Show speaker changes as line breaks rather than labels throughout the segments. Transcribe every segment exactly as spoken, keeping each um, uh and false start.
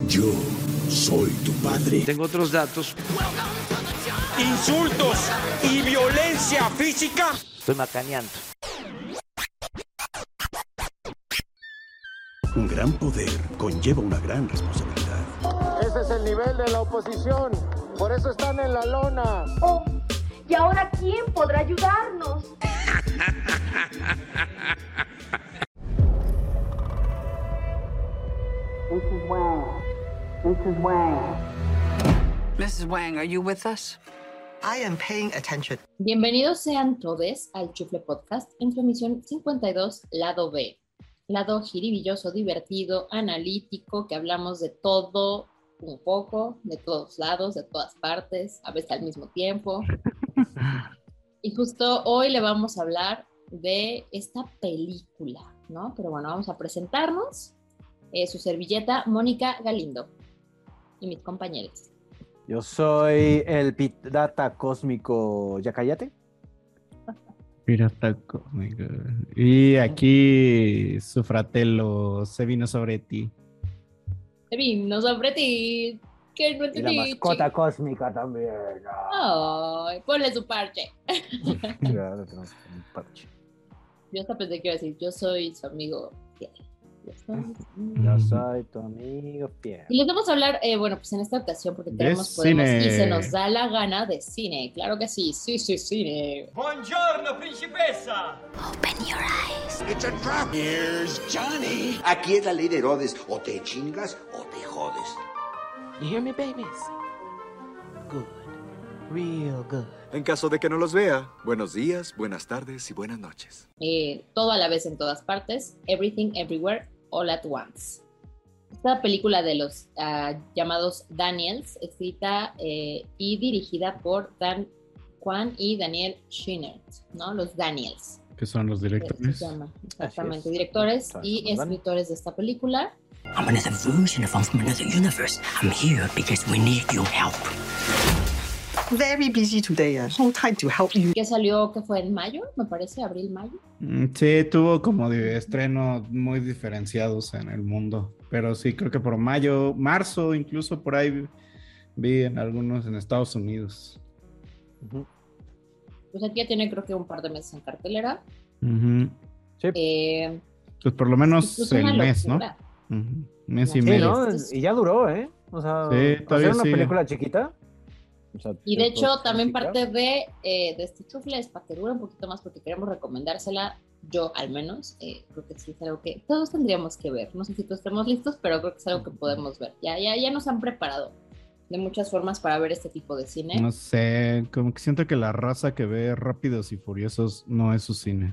Yo soy tu padre.
Tengo otros datos.
Insultos y violencia física.
Estoy macaneando.
Un gran poder conlleva una gran responsabilidad.
Ese es el nivel de la oposición. Por eso están en la lona.
Oh, ¿y ahora quién podrá ayudarnos?
missus Wang. missus Wang.
missus Wang, are you with us?
I am paying attention.
Bienvenidos sean todos al Chufle Podcast en su emisión cincuenta y dos, lado B. Lado jiribilloso, divertido, analítico, que hablamos de todo un poco, de todos lados, de todas partes, a veces al mismo tiempo. Y justo hoy le vamos a hablar de esta película, ¿no? Pero bueno, vamos a presentarnos. Eh, su servilleta, Mónica Galindo, y mis compañeros.
Yo soy el pirata cósmico Yacayate.
Pirata cósmico. Y aquí su fratello se vino sobre ti.
Se vino sobre ti. Que no
Y la mascota chico. Cósmica también.
Ay, ponle su parche.
Claro, tenemos un parche.
Yo hasta pensé que iba a decir, yo soy su amigo fiel. Yo soy,
yo soy tu amigo fiel.
Y les vamos a hablar, eh, bueno, pues en esta ocasión, porque tenemos, podemos, y se nos da la gana de cine. Claro que sí, sí, sí, cine.
Buongiorno, principessa.
Open your eyes.
It's a trap. Here's Johnny.
Aquí es la ley de Herodes. O te chingas o te jodes.
You hear me, babies? Good. Real good.
En caso de que no los vea, buenos días, buenas tardes y buenas noches.
Eh, todo a la vez en todas partes, Everything Everywhere All at Once. Esta película de los uh, llamados Daniels, escrita eh, y dirigida por Dan Kwan y Daniel Scheinert, ¿no? Los Daniels.
Que son los directores.
Se llama, exactamente, es. Directores y escritores de esta película.
I'm another version of I'm from another universe. I'm here because we need your help.
Very busy today. Uh, no time to help you.
Que salió, que fue en mayo, me parece, abril, mayo.
Sí, tuvo como de estrenos muy diferenciados en el mundo. Pero sí, creo que por mayo, marzo, incluso por ahí vi en algunos en Estados Unidos.
Uh-huh. Pues aquí ya tiene creo que un par de meses en cartelera.
Uh-huh.
Sí.
Eh,
pues por lo menos
pues
el mes, ¿no? Uh-huh. Mes y
sí,
medio.
¿no? Y ya duró, ¿eh? O sea,
sí,
hacer una
sigue.
película chiquita. O sea,
y de hecho también parte de, eh, de este chufle es para que dure un poquito más porque queremos recomendársela, yo al menos, eh, creo que sí es algo que todos tendríamos que ver, no sé si todos estemos listos, pero creo que es algo que podemos ver, ya, ya, ya nos han preparado de muchas formas para ver este tipo de cine.
No sé, como que siento que la raza que ve Rápidos y Furiosos no es su cine.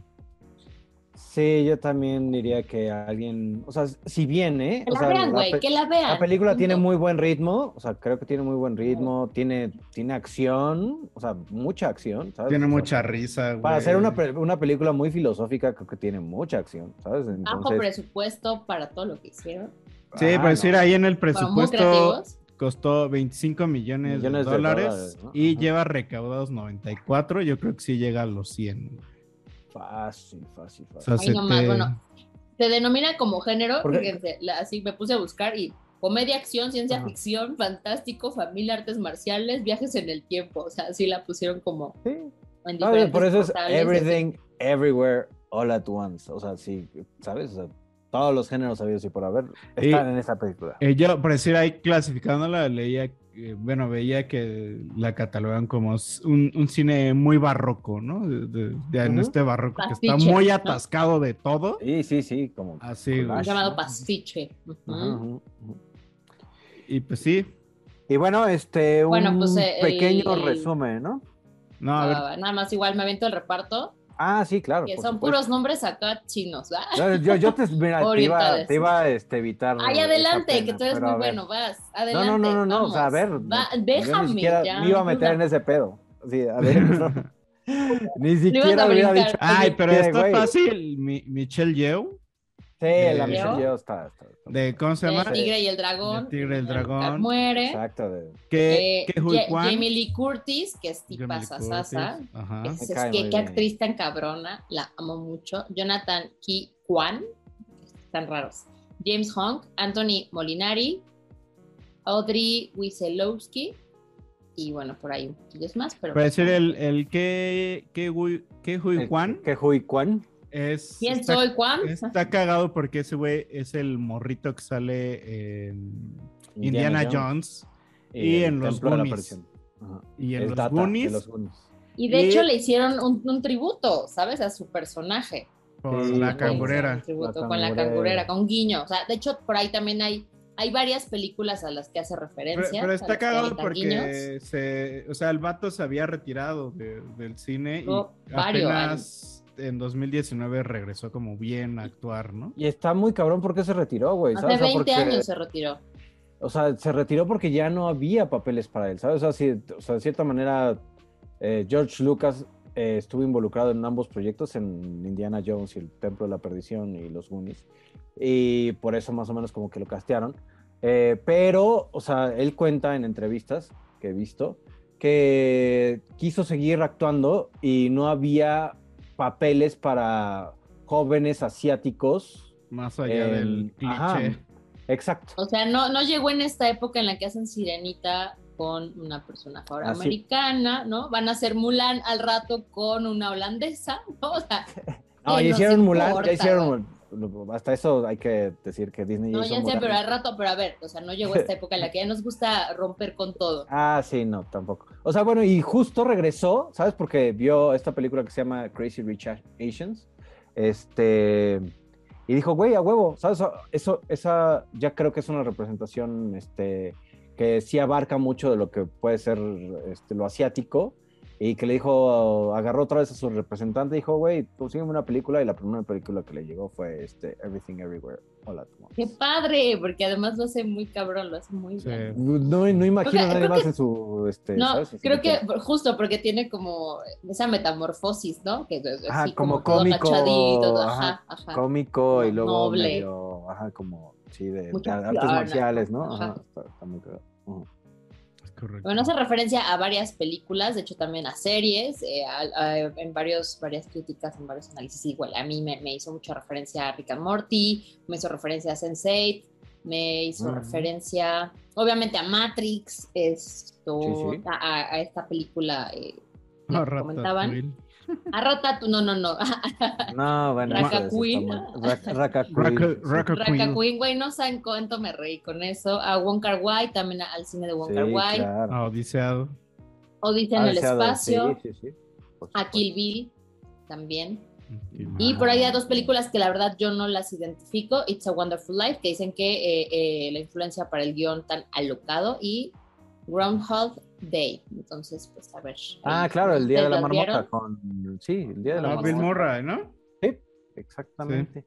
Sí, yo también diría que alguien, o sea, si bien, ¿eh?
Que
o
la
sea,
vean, güey,
pe-
que la vean.
La película
punto.
tiene muy buen ritmo, o sea, creo que tiene muy buen ritmo, tiene, tiene acción, o sea, mucha acción, ¿sabes?
Tiene
o sea,
mucha risa, güey.
Para hacer una, una película muy filosófica, creo que tiene mucha acción, ¿sabes? Entonces,
bajo presupuesto para todo lo que hicieron.
Sí,
ah,
para decir,
no.
ahí en el
Bueno,
presupuesto costó veinticinco millones,
Millones
de
de
dólares,
dólares, ¿no?
y
Ajá.
lleva recaudados noventa y cuatro, yo creo que sí llega a los cien.
Fácil, fácil, fácil.
O sea,
Ay,
se
no más,
te-
bueno, se denomina como género,
¿Por qué?
fíjense, la- así me puse a buscar y comedia, acción, ciencia
Ajá.
ficción, fantástico, familia, artes marciales, viajes en el tiempo, o sea, así la pusieron como
Sí.
en
No,
diferentes
por eso es
portales,
everything, everywhere, all at once. O sea, sí, ¿sabes? O sea, todos los géneros habidos y por haber están
Y-
en esa película.
Eh, yo, por decir, ahí clasificándola, leía, eh, bueno, veía que la catalogan como s- un, un cine muy barroco, ¿no? De, de- de- En
Ujú.
este barroco que está
Pastiche,
muy
¿no?
atascado de todo.
Sí, sí, sí, como
Así,
collage,
güey.
llamado
¿no?
pastiche. Ujú.
Ajá, ajá, ajá.
Y pues sí.
Y bueno, este, un
Bueno, pues, eh,
pequeño
el-
resumen, ¿no?
No, a ver.
Ah, nada más igual me avento el reparto,
Ah, sí, claro.
que
por
son
supuesto.
puros nombres acá chinos, ¿verdad?
Yo, yo, yo te, mira, te iba,
Orientales.
te iba a este, evitar.
Ay,
esa
adelante,
pena,
que tú eres
pero
muy
a ver.
bueno, vas,
No,
adelante.
no, no, no, no,
vamos.
o sea, a ver.
Va,
no, yo
déjame,
ni siquiera
ya.
me iba a meter en ese pedo. Sí, adentro. Ni siquiera
a
hubiera
brincar.
dicho.
Ay, pero
¿qué,
está
güey?
fácil. Mi- Michelle Yeoh,
Sí,
de-
la
Leo.
Michelle Yeoh está, está, está-
de, ¿cómo se llama?
El tigre y el dragón.
El tigre y el dragón.
Muere.
Exacto. De,
Que,
Eh,
que Hui
Ja-
Kwan.
Jamie Lee Curtis, que es
Jamie
tipa
Lee
sasasa.
Curtis, ajá.
Es,
Me
es
cae
que,
muy
qué
bien.
actriz tan cabrona, la amo mucho. Jonathan Ki Kwan, están raros. James Hong, Anthony Molinari, Audrey Wieselowski, y bueno, por ahí un poquillos más. Pero
Puede
pues,
ser
no.
el, el que, que, Hui- que Hui Kwan.
Que Hui Kwan.
Es,
¿Quién
está,
soy, Kwan?
Está cagado porque ese güey es el morrito que sale en Indiana,
Indiana
Jones,
Jones
y,
el
en los
Templo de la
Goonies.
Perdición. Ajá.
Y en
El
los
Data
Goonies.
de los Goonies.
Y de
Y-
hecho le hicieron un, un tributo, ¿sabes? A su personaje.
Por
Sí,
la
sí,
cangurera.
Un tributo
La
con la
cangurera.
cangurera, con guiño. O sea, de hecho, por ahí también hay, hay varias películas a las que hace
Pero,
referencia.
pero
a
está
las que
cagado
avientan guiños.
porque se, o sea, el vato se había retirado de- del cine
Oh,
y
varios
apenas en dos mil diecinueve regresó como bien a actuar, ¿no?
Y está muy cabrón porque se retiró, güey.
Hace
¿sabes? O sea,
veinte
porque-
años se retiró.
O sea, se retiró porque ya no había papeles para él, ¿sabes? O sea, sí, o sea de cierta manera, eh, George Lucas eh, estuvo involucrado en ambos proyectos, en Indiana Jones y el Templo de la Perdición y los Goonies, y por eso más o menos como que lo castearon. Eh, pero, o sea, él cuenta en entrevistas que he visto que quiso seguir actuando y no había papeles para jóvenes asiáticos.
Más allá
en-
del cliché.
Ajá, exacto.
O sea, no, no llegó en esta época en la que hacen Sirenita con una persona afroamericana, ¿no? Van a hacer Mulan al rato con una holandesa, ¿no? O sea,
No,
¿qué
ya
nos
hicieron Mulan,
importa,
ya hicieron
güey?
Mul- hasta eso hay que decir que Disney ya
No,
hizo
ya sé,
Mulan.
pero al rato, pero a ver, o sea, no llegó esta época en la que ya nos gusta romper con todo.
Ah, sí, no, tampoco. O sea, bueno, y justo regresó, ¿sabes? Porque vio esta película que se llama Crazy Rich Asians. Este. Y dijo, güey, a huevo, ¿sabes? Eso, esa ya creo que es una representación, este, que sí abarca mucho de lo que puede ser este, lo asiático. Y que le dijo, agarró otra vez a su representante y dijo, güey, consígueme una película. Y la primera película que le llegó fue este, Everything Everywhere All at Once.
¡Qué padre! Porque además lo hace muy cabrón, lo hace muy
Sí.
bien.
No, no imagino
Creo
a
que-
nadie
creo
más
que-
en su... Este,
No,
¿sabes? En su
creo que
papel.
justo porque tiene como esa metamorfosis, ¿no? Que es
Ajá,
así
como,
todo
cómico,
agachadito,
ajá,
ajá, ajá.
cómico y
Como
luego
noble.
medio, ajá, como, sí, de, de
Mucha
artes
plana,
marciales, ¿no?
ajá.
Ajá, está, está muy cagado. Ujú.
Correcto.
Bueno, hace referencia a varias películas, de hecho también a series, eh, a- a- en varios, varias críticas, en varios análisis. Igual, a mí me, me hizo mucha referencia a Rick and Morty, me hizo referencia a sense eight, me hizo
Ujú.
referencia, obviamente, a Matrix, esto,
Sí, sí.
A, a- a esta película eh, que
No,
comentaban.
Ratatouille.
A Ratatouille, no, no, no.
No, bueno, eso- eso está
Ratatouille.
muy- Ra- Ratatouille,
Raka-
sí.
Ratatouille.
Ratatouille, güey, no saben cuánto me reí con eso. A Wong Kar Wai, también al cine de Wong Kar
Sí,
Wai.
claro.
Ah, Odiseado.
Odisea
Ah,
en el
deseado,
espacio.
Sí, sí, sí. Por
A
supuesto.
Kill Bill también.
Y
Y por ahí hay dos películas que la verdad yo no las identifico. It's a Wonderful Life, que dicen que eh, eh, la influencia para el guión tan alocado, y Groundhog Day. Entonces, pues a ver.
Ah,
ahí,
claro, el día de la
¿ustedes las
marmota
vieron?
con... Sí, el día de la
Ah,
marmota.
Bill Murray, ¿no?
Sí, exactamente.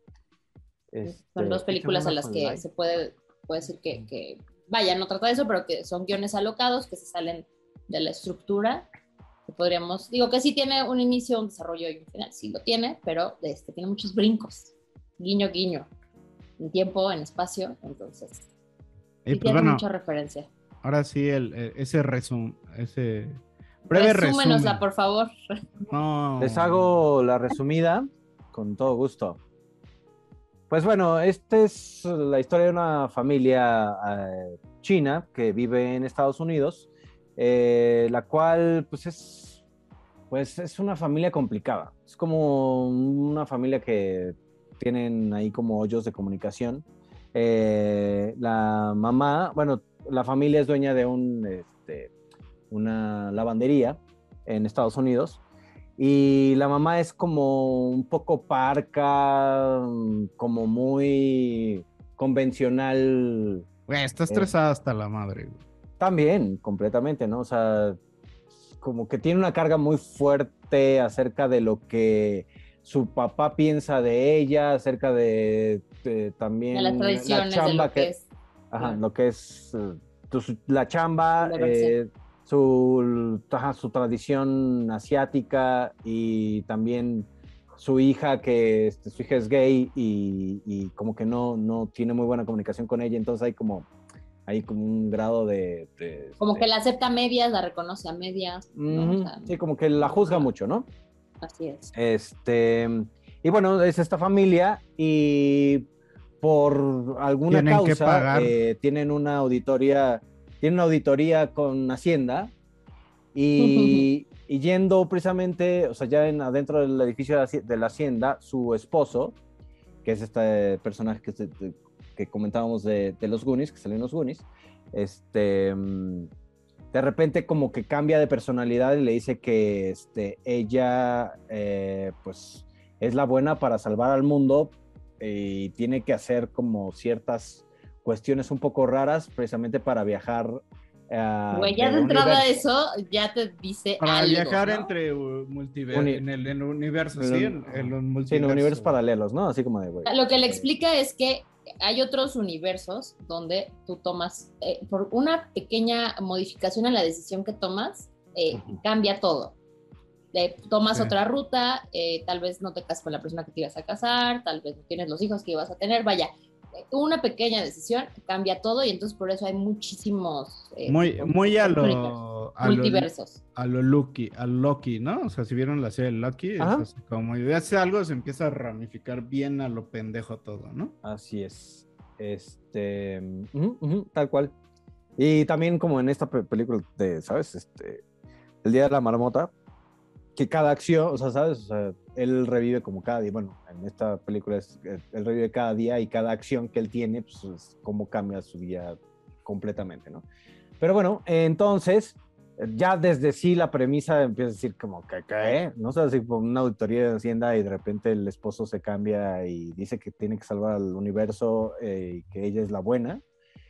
Este,
Son dos películas a las
It's a
que
Wonderful
se puede, puede decir que, que, vaya, no trata de eso, pero que son guiones alocados, que se salen de la estructura. Que podríamos, digo que sí tiene un inicio, un desarrollo y un final, sí lo tiene, pero este, tiene muchos brincos. Guiño, guiño. En tiempo, en espacio, entonces.
Y
Sí
pues
tiene
bueno,
mucha referencia.
ahora sí, el, el- ese resumen, ese breve
Resúmenosla,
resumen.
por favor.
No.
Les hago la resumida con todo gusto. Pues bueno, esta es la historia de una familia eh, china que vive en Estados Unidos, eh, la cual pues es, pues es una familia complicada. Es como una familia que tienen ahí como hoyos de comunicación. Eh, la mamá, bueno, la familia es dueña de un, este, una lavandería en Estados Unidos. Y la mamá es como un poco parca, como muy convencional.
Güey, está estresada hasta la madre, güey.
También, completamente, ¿no? O sea, como que tiene una carga muy fuerte acerca de lo que su papá piensa de ella, acerca de, de también
De las tradiciones,
la
de
chamba
lo que es.
Ajá,
Claro.
lo que es eh, tu- su- la chamba,
La versión.
eh, su, ajá, su tradición asiática y también su hija, que este, su hija es gay y, y como que no, no tiene muy buena comunicación con ella, entonces hay como, hay como un grado de... de-
Como
de-
que la acepta a medias, la reconoce a medias, ¿no?
Ujú,
O sea,
sí, como que la juzga mucho, ¿no?
así es.
Este, y bueno, es esta familia y por alguna
Tienen que
causa
pagar.
eh, tienen una auditoría tiene una auditoría con Hacienda y, y yendo precisamente, o sea, ya en, adentro del edificio de la, de la Hacienda, su esposo, que es este personaje que, que, que comentábamos de, de los Goonies, que salió en los Goonies, este, de repente como que cambia de personalidad y le dice que este, ella, eh, pues, es la buena para salvar al mundo y tiene que hacer como ciertas cuestiones un poco raras precisamente para viajar. Uh,
Güey, ya de, de entrada eso ya te dice
para
algo,
viajar
¿no?
entre uh, multiversos,
Uni-
en, el, en el universo, sí, en, en los multiversos.
Sí, en universos paralelos, ¿no? Así como de, güey.
Lo que le explica es que hay otros universos donde tú tomas, eh, por una pequeña modificación en la decisión que tomas, eh, uh-huh. cambia todo. Eh, tomas sí. otra ruta, eh, tal vez no te casas con la persona que te ibas a casar, tal vez no tienes los hijos que ibas a tener, vaya, una pequeña decisión cambia todo y entonces por eso hay muchísimos eh,
muy muy a lo
multiversos
a lo, a lo Loki a Loki, ¿no? O sea, si vieron la serie Loki, es así como hace algo se empieza a ramificar bien a lo pendejo todo, ¿no?
Así es, este uh-huh, uh-huh, tal cual. Y también como en esta pe- película de, ¿sabes? Este El Día de la Marmota, que cada acción, o sea, ¿sabes? O sea, él revive como cada día, bueno, en esta película es, él revive cada día y cada acción que él tiene, pues es cómo cambia su día completamente, ¿no? Pero bueno, entonces, ya desde sí la premisa empieza a decir como, ¿qué? ¿Qué? No sé, así como una auditoría de Hacienda y de repente el esposo se cambia y dice que tiene que salvar al universo eh, y que ella es la buena,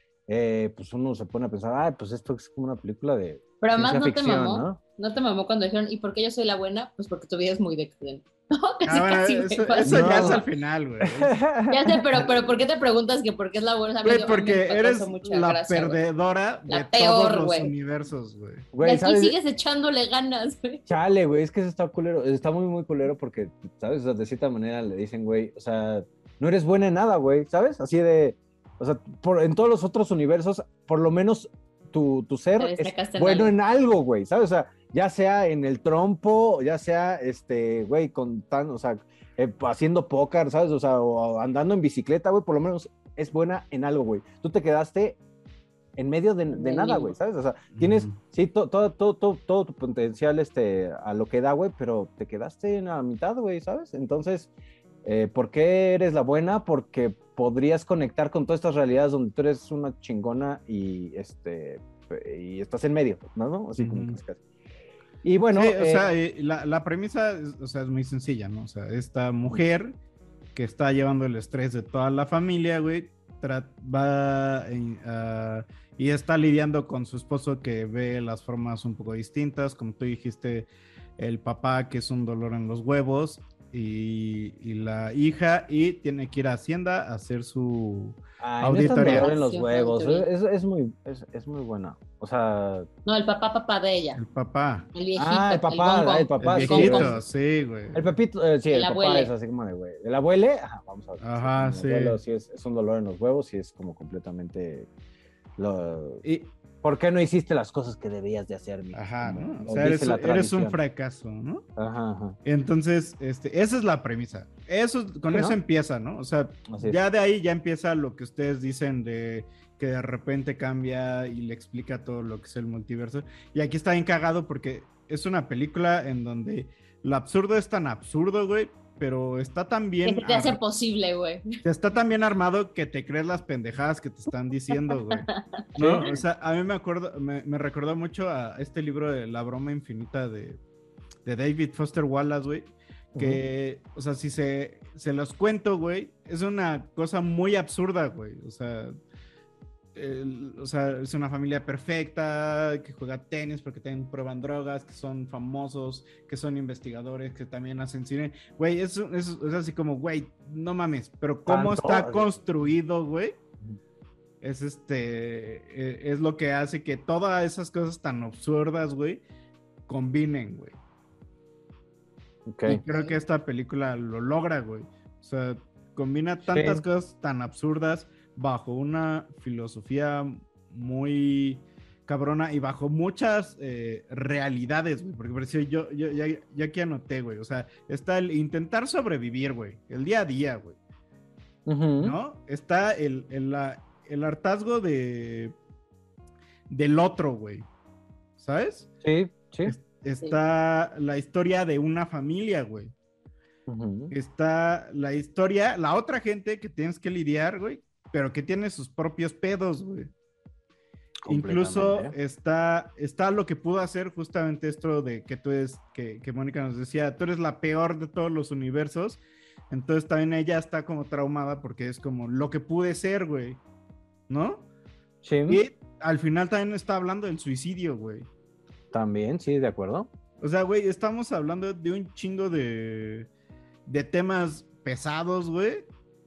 eh, pues uno se pone a pensar, ah, pues esto es como una película de
Pero además no
ficción,
te mamó,
¿no?
no te mamó cuando dijeron, ¿y por qué yo soy la buena? Pues porque tu vida es muy decadente. No, casi,
ah, bueno,
casi,
eso,
güey,
eso
no.
ya es al final, güey.
Ya sé, pero, pero ¿por qué te preguntas que por qué es la buena?
Güey, porque eres la
gracia,
perdedora
la
de
peor,
todos los
güey.
universos, güey.
Y aquí ¿sabes? Sigues echándole ganas, güey.
Chale, güey, es que eso está culero, está muy, muy culero porque, ¿sabes? O sea, de cierta manera le dicen, güey, o sea, no eres buena en nada, güey, ¿sabes? Así de, o sea, por, en todos los otros universos, por lo menos tu, tu ser es bueno en algo, güey, ¿sabes? O sea, ya sea en el trompo, ya sea, este, güey, con tan, o sea, eh, haciendo póker, ¿sabes? O sea, o andando en bicicleta, güey, por lo menos es buena en algo, güey. Tú te quedaste en medio de, de nada, güey, ¿sabes? O sea, tienes, mm. sí, todo, todo, todo, todo, todo tu potencial este, a lo que da, güey, pero te quedaste en la mitad, güey, ¿sabes? Entonces, eh, ¿por qué eres la buena? Porque podrías conectar con todas estas realidades donde tú eres una chingona y, este, y estás en medio, ¿no? ¿no? Así mm. como que casi. Y bueno,
sí, o
eh,
sea, la, la premisa es, o sea, es muy sencilla, ¿no? O sea, esta mujer que está llevando el estrés de toda la familia, güey, tra- va uh, y está lidiando con su esposo que ve las formas un poco distintas, como tú dijiste, el papá que es un dolor en los huevos y, y la hija, y tiene que ir a Hacienda a hacer su
Ay,
auditoría.
No es dolor en los huevos, es, es, muy, es, es muy buena, o sea...
No, el papá, papá de ella.
El papá.
El viejito.
Ah, el papá, el, el papá.
El viejito, sí, sí güey.
El pepito, eh, sí, el,
el
papá
abuele.
es así como de, güey. El abuele, ajá, vamos a ver.
Ajá, sí.
El abuelo sí es, es un dolor en los huevos y es como completamente... Lo...
Y...
¿Por qué no hiciste las cosas que debías de hacer? Mi?
Ajá, ¿no?
Como,
o sea, eres, eres un fracaso, ¿no?
Ajá, ajá.
Entonces, este, esa es la premisa. Eso, con
sí,
eso
¿no?
empieza, ¿no? O sea,
así
ya
es.
de ahí ya empieza lo que ustedes dicen de que de repente cambia y le explica todo lo que es el multiverso. Y aquí está bien cagado porque es una película en donde lo absurdo es tan absurdo, güey, pero está tan bien...
Que te hace posible, güey.
Está tan bien armado que te crees las pendejadas que te están diciendo, güey. ¿No? O sea, a mí me acuerdo, me, me recordó mucho a este libro de La broma infinita de, de David Foster Wallace, güey. Que, uh-huh. o sea, si se, se los cuento, güey, es una cosa muy absurda, güey. O sea... El, o sea, es una familia perfecta, que juega tenis porque también prueban drogas, que son famosos, que son investigadores, que también hacen cine. Güey, es, es, es así como, güey, no mames, pero cómo ¿Tanto? está construido, güey, es este, es lo que hace que todas esas cosas tan absurdas, güey, combinen, güey.
Okay.
Y creo que esta película lo logra, güey. O sea, combina tantas sí. cosas tan absurdas bajo una filosofía muy cabrona y bajo muchas eh, realidades, güey, porque pareció, yo, yo ya, ya aquí anoté, güey, o sea, está el intentar sobrevivir, güey, el día a día, güey, uh-huh. ¿no? Está el, el, la, el hartazgo de, del otro, güey. ¿Sabes?
Sí, sí.
Es, está sí. la historia de una familia, güey. Uh-huh. Está la historia, la otra gente que tienes que lidiar, güey, pero que tiene sus propios pedos, güey. Incluso está, está lo que pudo hacer justamente esto de que tú eres, que, que Mónica nos decía, tú eres la peor de todos los universos, entonces también ella está como traumada porque es como lo que pude ser, güey, ¿no?
Sí.
Y al final también está hablando del suicidio, güey.
También, sí, de acuerdo.
O sea, güey, estamos hablando de un chingo de, de temas pesados, güey.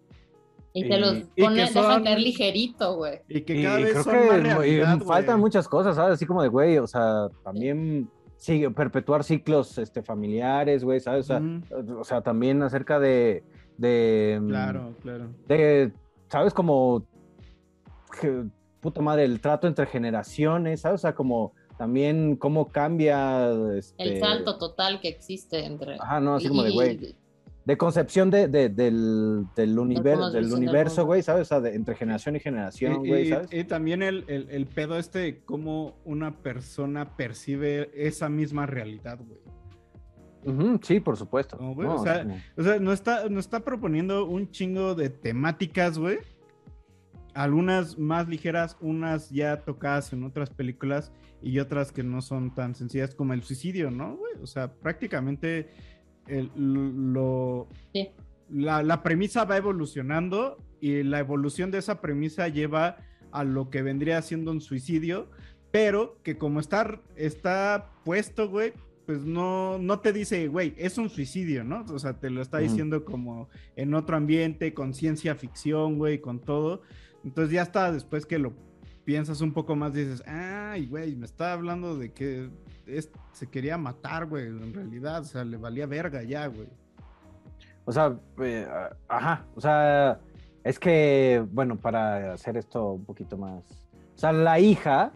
Y te los
y
ponen,
son,
dejan caer ligerito, güey.
Y que cada
y
vez
creo
son
que
más realidad,
faltan
güey.
muchas cosas, ¿sabes? Así como de, güey, o sea, también sigue perpetuar ciclos este, familiares, güey, ¿sabes? O sea, mm. o sea, también acerca de... de
claro, claro.
De, ¿sabes? Como... Que, puta madre, el trato entre generaciones, ¿sabes? O sea, como... También cómo cambia... Este...
El salto total que existe entre...
Ajá, no, así como de, güey... De concepción de, de, del, del, univer, del universo, güey, ¿sabes? O sea, de, entre generación y generación, güey, ¿sabes?
Y, y también el, el, el pedo este de cómo una persona percibe esa misma realidad, güey.
Uh-huh, sí, por supuesto.
No, güey,
no,
o sea,
no.
o sea, nos está, nos está proponiendo un chingo de temáticas, güey. Algunas más ligeras, unas ya tocadas en otras películas y otras que no son tan sencillas como el suicidio, ¿no, güey? O sea, prácticamente... El, lo,
sí.
la, la premisa va evolucionando y la evolución de esa premisa lleva a lo que vendría siendo un suicidio, pero que como está, está puesto, güey, pues no, no te dice, güey, es un suicidio, ¿no? O sea, te lo está diciendo uh-huh. como en otro ambiente, con ciencia ficción, güey, con todo. Entonces ya está, después que lo piensas un poco más, dices, ay, güey, me está hablando de que es, se quería matar, güey, en realidad, o sea, le valía verga ya, güey.
O sea, eh, ajá, o sea, es que, bueno, para hacer esto un poquito más, o sea, la hija,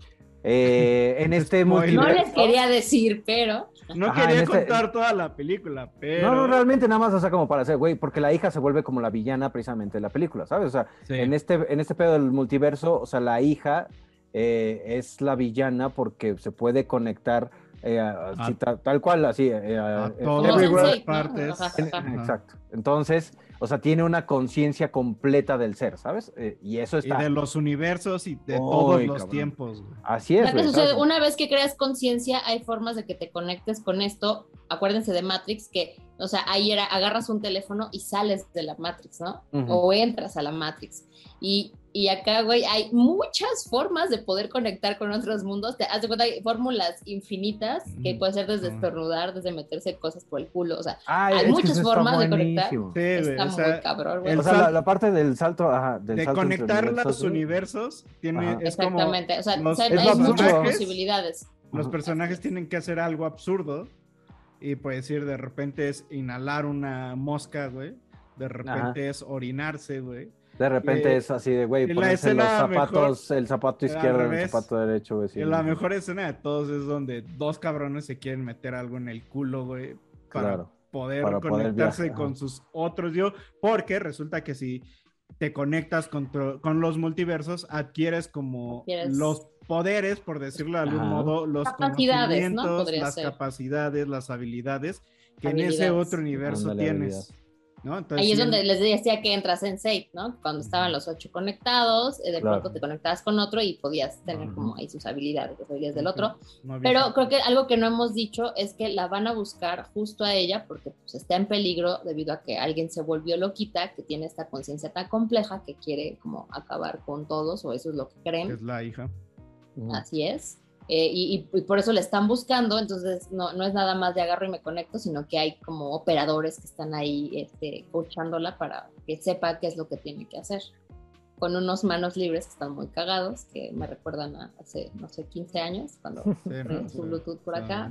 eh, en este multiverso...
No les quería decir, pero...
No Ajá, quería este... contar toda la película, pero...
No, no, realmente nada más, o sea, como para hacer, güey, porque la hija se vuelve como la villana precisamente de la película, ¿sabes? O sea, sí. en, este, en este pedo del multiverso, o sea, la hija eh, es la villana porque se puede conectar eh, a,
a,
si, tal, tal cual, así, eh,
a,
a
todas las partes.
En, exacto. Entonces, o sea, tiene una conciencia completa del ser, ¿sabes? Eh, y eso está...
Y de los universos y de oh, todos los cabrón. tiempos. Güey.
Así es.
Güey, sucede, una vez que creas conciencia, hay formas de que te conectes con esto. Acuérdense de Matrix, que, o sea, ahí era, agarras un teléfono y sales de la Matrix, ¿no? Uh-huh. O entras a la Matrix. Y, y acá, güey, hay muchas formas de poder conectar con otros mundos. Te das de cuenta, hay fórmulas infinitas que puede ser desde estornudar, desde meterse cosas por el culo, o sea,
Ay,
hay muchas formas de conectar.
Sí,
está
o
muy
sea,
cabrón, güey.
O sea, la, la parte del salto, ajá, del
de
salto
conectar
universos,
los universos tiene es
exactamente,
como
o sea,
los,
hay muchas posibilidades.
Los ajá. personajes tienen que hacer algo absurdo y puede decir, de repente es inhalar una mosca, güey, de repente ajá. es orinarse, güey.
De repente eh, es así de, güey, ponerse los zapatos, mejor, el zapato izquierdo y el zapato derecho, güey. Sí,
la mejor escena de todos es donde dos cabrones se quieren meter algo en el culo, güey, para claro, poder para conectarse poder con sus otros yo, porque resulta que si te conectas con, con los multiversos, adquieres como adquieres... los poderes, por decirlo de algún ajá. modo, los conocimientos, ¿no? las ser. capacidades, las habilidades que habilidades. en ese otro universo Ándale, tienes. Habilidad. ¿No? Entonces,
ahí es
sí,
donde les decía que entras en Sense, ¿no? Cuando estaban los ocho conectados, de claro. pronto te conectabas con otro y podías tener uh-huh. como ahí sus habilidades, las habilidades uh-huh. del otro. No Pero visto. creo que algo que no hemos dicho es que la van a buscar justo a ella porque pues, está en peligro debido a que alguien se volvió loquita, que tiene esta conciencia tan compleja que quiere como acabar con todos, o eso es lo que creen.
Es la hija.
Uh-huh. Así es. Eh, y, y por eso le están buscando, entonces no, no es nada más de agarro y me conecto, sino que hay como operadores que están ahí este, coachándola para que sepa qué es lo que tiene que hacer. Con unos manos libres que están muy cagados, que me recuerdan a hace, no sé, quince años, cuando sí, no, su Bluetooth por acá.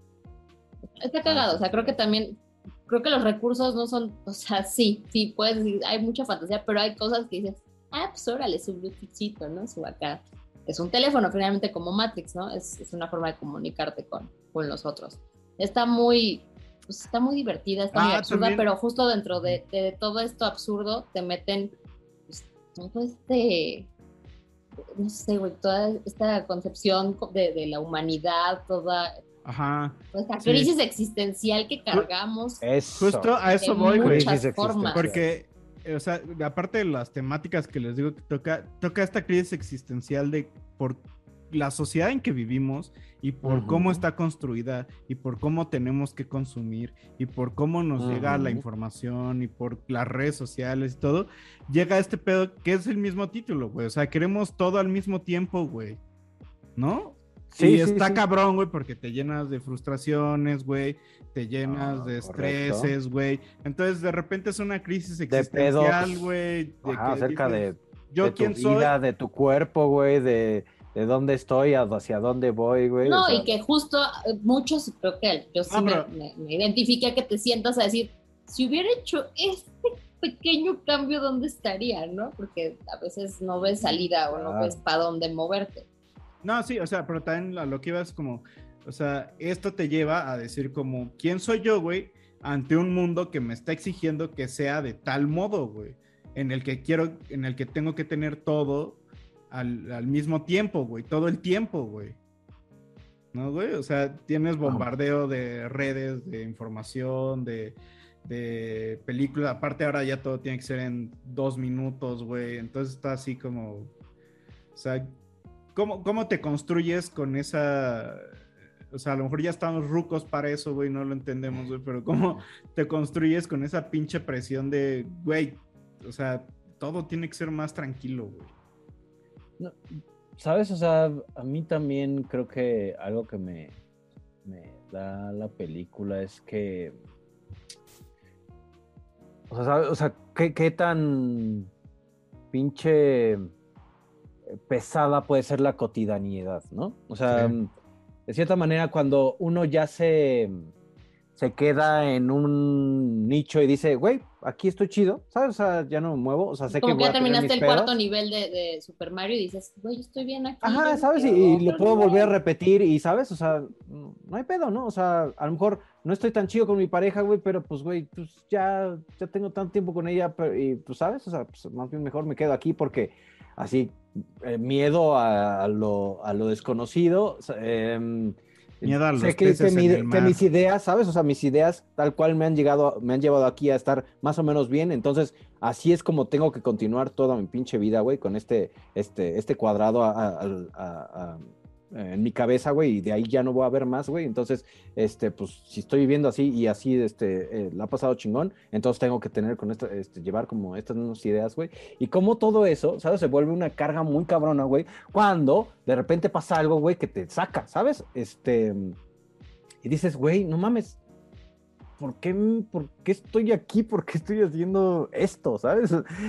Sí. Está cagado, o sea, creo que también, creo que los recursos no son, o sea, sí, sí, puedes decir, hay mucha fantasía, pero hay cosas que dices, ah, pues órale, su Bluetoothcito, ¿no? Su acá. Es un teléfono, finalmente, como Matrix, ¿no? Es, es una forma de comunicarte con, con los otros. Está muy, pues, está muy divertida, está ah, muy absurda, también. Pero justo dentro de, de todo esto absurdo te meten pues, todo este no sé, güey, toda esta concepción de, de la humanidad, toda
Ajá.
esta
Sí.
crisis existencial que cargamos.
Eso.
Justo a eso
de
voy, güey.
muchas
Crisis
formas.
Porque, o sea, aparte de las temáticas que les digo que toca, toca esta crisis existencial de por la sociedad en que vivimos y por
Ujú.
cómo está construida y por cómo tenemos que consumir y por cómo nos
Ujú.
llega la información y por las redes sociales y todo, llega este pedo que es el mismo título, güey. O sea, queremos todo al mismo tiempo, güey. ¿No?
Sí,
y
sí,
está
sí.
cabrón, güey, porque te llenas de frustraciones, güey, te llenas
Ah,
de
correcto.
estreses, güey. Entonces, de repente es una crisis
De
existencial,
pedos.
güey. de
Ajá,
que
acerca
dices,
de,
yo
de tu
quién
vida,
soy.
de tu cuerpo, güey, de, de dónde estoy, hacia dónde voy, güey.
No,
o sea,
y que justo eh, muchos, creo que yo sí
Ah,
me,
pero-
me, me identifiqué que te sientas a decir, si hubiera hecho este pequeño cambio, ¿dónde estaría, no? Porque a veces no ves salida o no
Claro.
ves para dónde moverte.
No, sí, o sea, pero también a lo que iba es como, o sea, esto te lleva a decir como, ¿quién soy yo, güey? Ante un mundo que me está exigiendo que sea de tal modo, güey. En el que quiero, en el que tengo que tener todo al, al mismo tiempo, güey. Todo el tiempo, güey. ¿No, güey? O sea, tienes bombardeo de redes, de información, de, de películas. Aparte ahora ya todo tiene que ser en dos minutos, güey. Entonces está así como, o sea, ¿cómo, cómo te construyes con esa... O sea, a lo mejor ya estamos rucos para eso, güey, no lo entendemos, güey, pero ¿cómo te construyes con esa pinche presión de, güey, o sea, todo tiene que ser más tranquilo, güey?
no, ¿sabes? O sea, a mí también creo que algo que me, me da la película es que... O sea, ¿sabes? O sea, ¿qué, qué tan pinche pesada puede ser la cotidianidad, ¿no? O sea,
Sí.
de cierta manera, cuando uno ya se, se queda en un nicho y dice, güey, aquí estoy chido, ¿sabes? O sea, ya no me muevo, o sea, sé que
Como que
voy
ya
a tener
terminaste
mis
el cuarto
pedos.
nivel de, de Super Mario y dices, güey, estoy bien aquí.
Ajá, ¿sabes? Y,
pero
y
otro
lo puedo
nivel.
volver a repetir y, ¿sabes? O sea, no hay pedo, ¿no? O sea, a lo mejor no estoy tan chido con mi pareja, güey, pero pues, güey, pues ya, ya tengo tanto tiempo con ella pero, y, pues, ¿sabes? O sea, pues, más bien mejor me quedo aquí porque así, eh, miedo a, a, lo, a lo desconocido, eh,
Miedo a los
sé que,
peces
que, mi,
en el
que
mar.
mis ideas, ¿sabes? O sea, mis ideas tal cual me han llegado, me han llevado aquí a estar más o menos bien, entonces así es como tengo que continuar toda mi pinche vida, güey, con este, este, este cuadrado a, a, a, a, en mi cabeza, güey, y de ahí ya no voy a ver más, güey, entonces, este, pues, si estoy viviendo así y así, este, eh, la ha pasado chingón, entonces tengo que tener con esta, este, llevar como estas mismas ideas, güey, y como todo eso, ¿sabes? Se vuelve una carga muy cabrona, güey, cuando de repente pasa algo, güey, que te saca, ¿sabes? Este, y dices, güey, no mames, ¿por qué, ¿por qué estoy aquí? ¿Por qué estoy haciendo esto? ¿Sabes?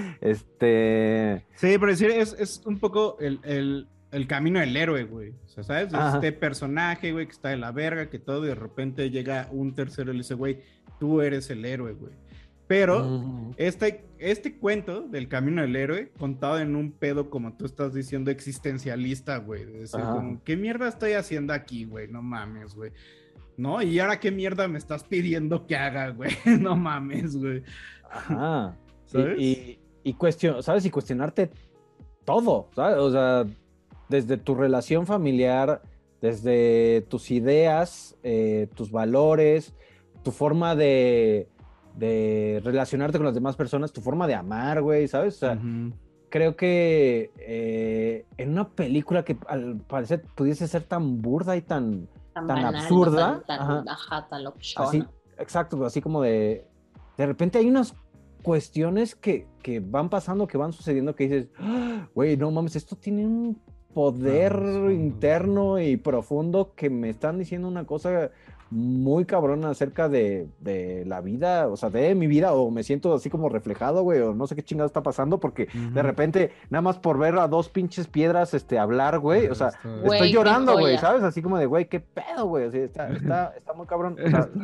Este...
Sí, pero decir, es, es un poco el, el, el camino del héroe, güey. O sea, ¿sabes?
Ajá.
Este personaje, güey, que está de la verga, que todo, y de repente llega un tercero y le dice, güey, tú eres el héroe, güey. Pero
Ujú.
este, este cuento del camino del héroe, contado en un pedo, como tú estás diciendo, existencialista, güey. De decir,
Ajá.
como, ¿qué mierda estoy haciendo aquí, güey? No mames, güey. ¿No? Y ahora, ¿qué mierda me estás pidiendo que haga, güey? No mames, güey.
Ajá.
¿Sabes?
Y, y, y cuestion, ¿sabes? Y cuestionarte todo, ¿sabes? O sea, desde tu relación familiar, desde tus ideas, eh, tus valores, tu forma de, de relacionarte con las demás personas, tu forma de amar, güey, ¿sabes? O sea,
uh-huh.
creo que eh, en una película que al parecer pudiese ser tan burda y tan,
tan,
tan
banal,
absurda,
tan, tan,
ajá,
ajá, tan locochona.
así, exacto, así como de, de repente hay unas cuestiones que, que van pasando, que van sucediendo, que dices, güey, no mames, esto tiene un poder
no,
interno y profundo que me están diciendo una cosa muy cabrona acerca de, de la vida, o sea, de mi vida, o me siento así como reflejado, güey, o no sé qué chingado está pasando, porque
uh-huh.
de repente, nada más por ver a dos pinches piedras este, hablar, güey, o sea,
Güey,
estoy llorando,
qué
güey,
joya.
¿sabes? Así como de, güey, qué pedo, güey, o sea, está, está, está muy cabrón, o sea,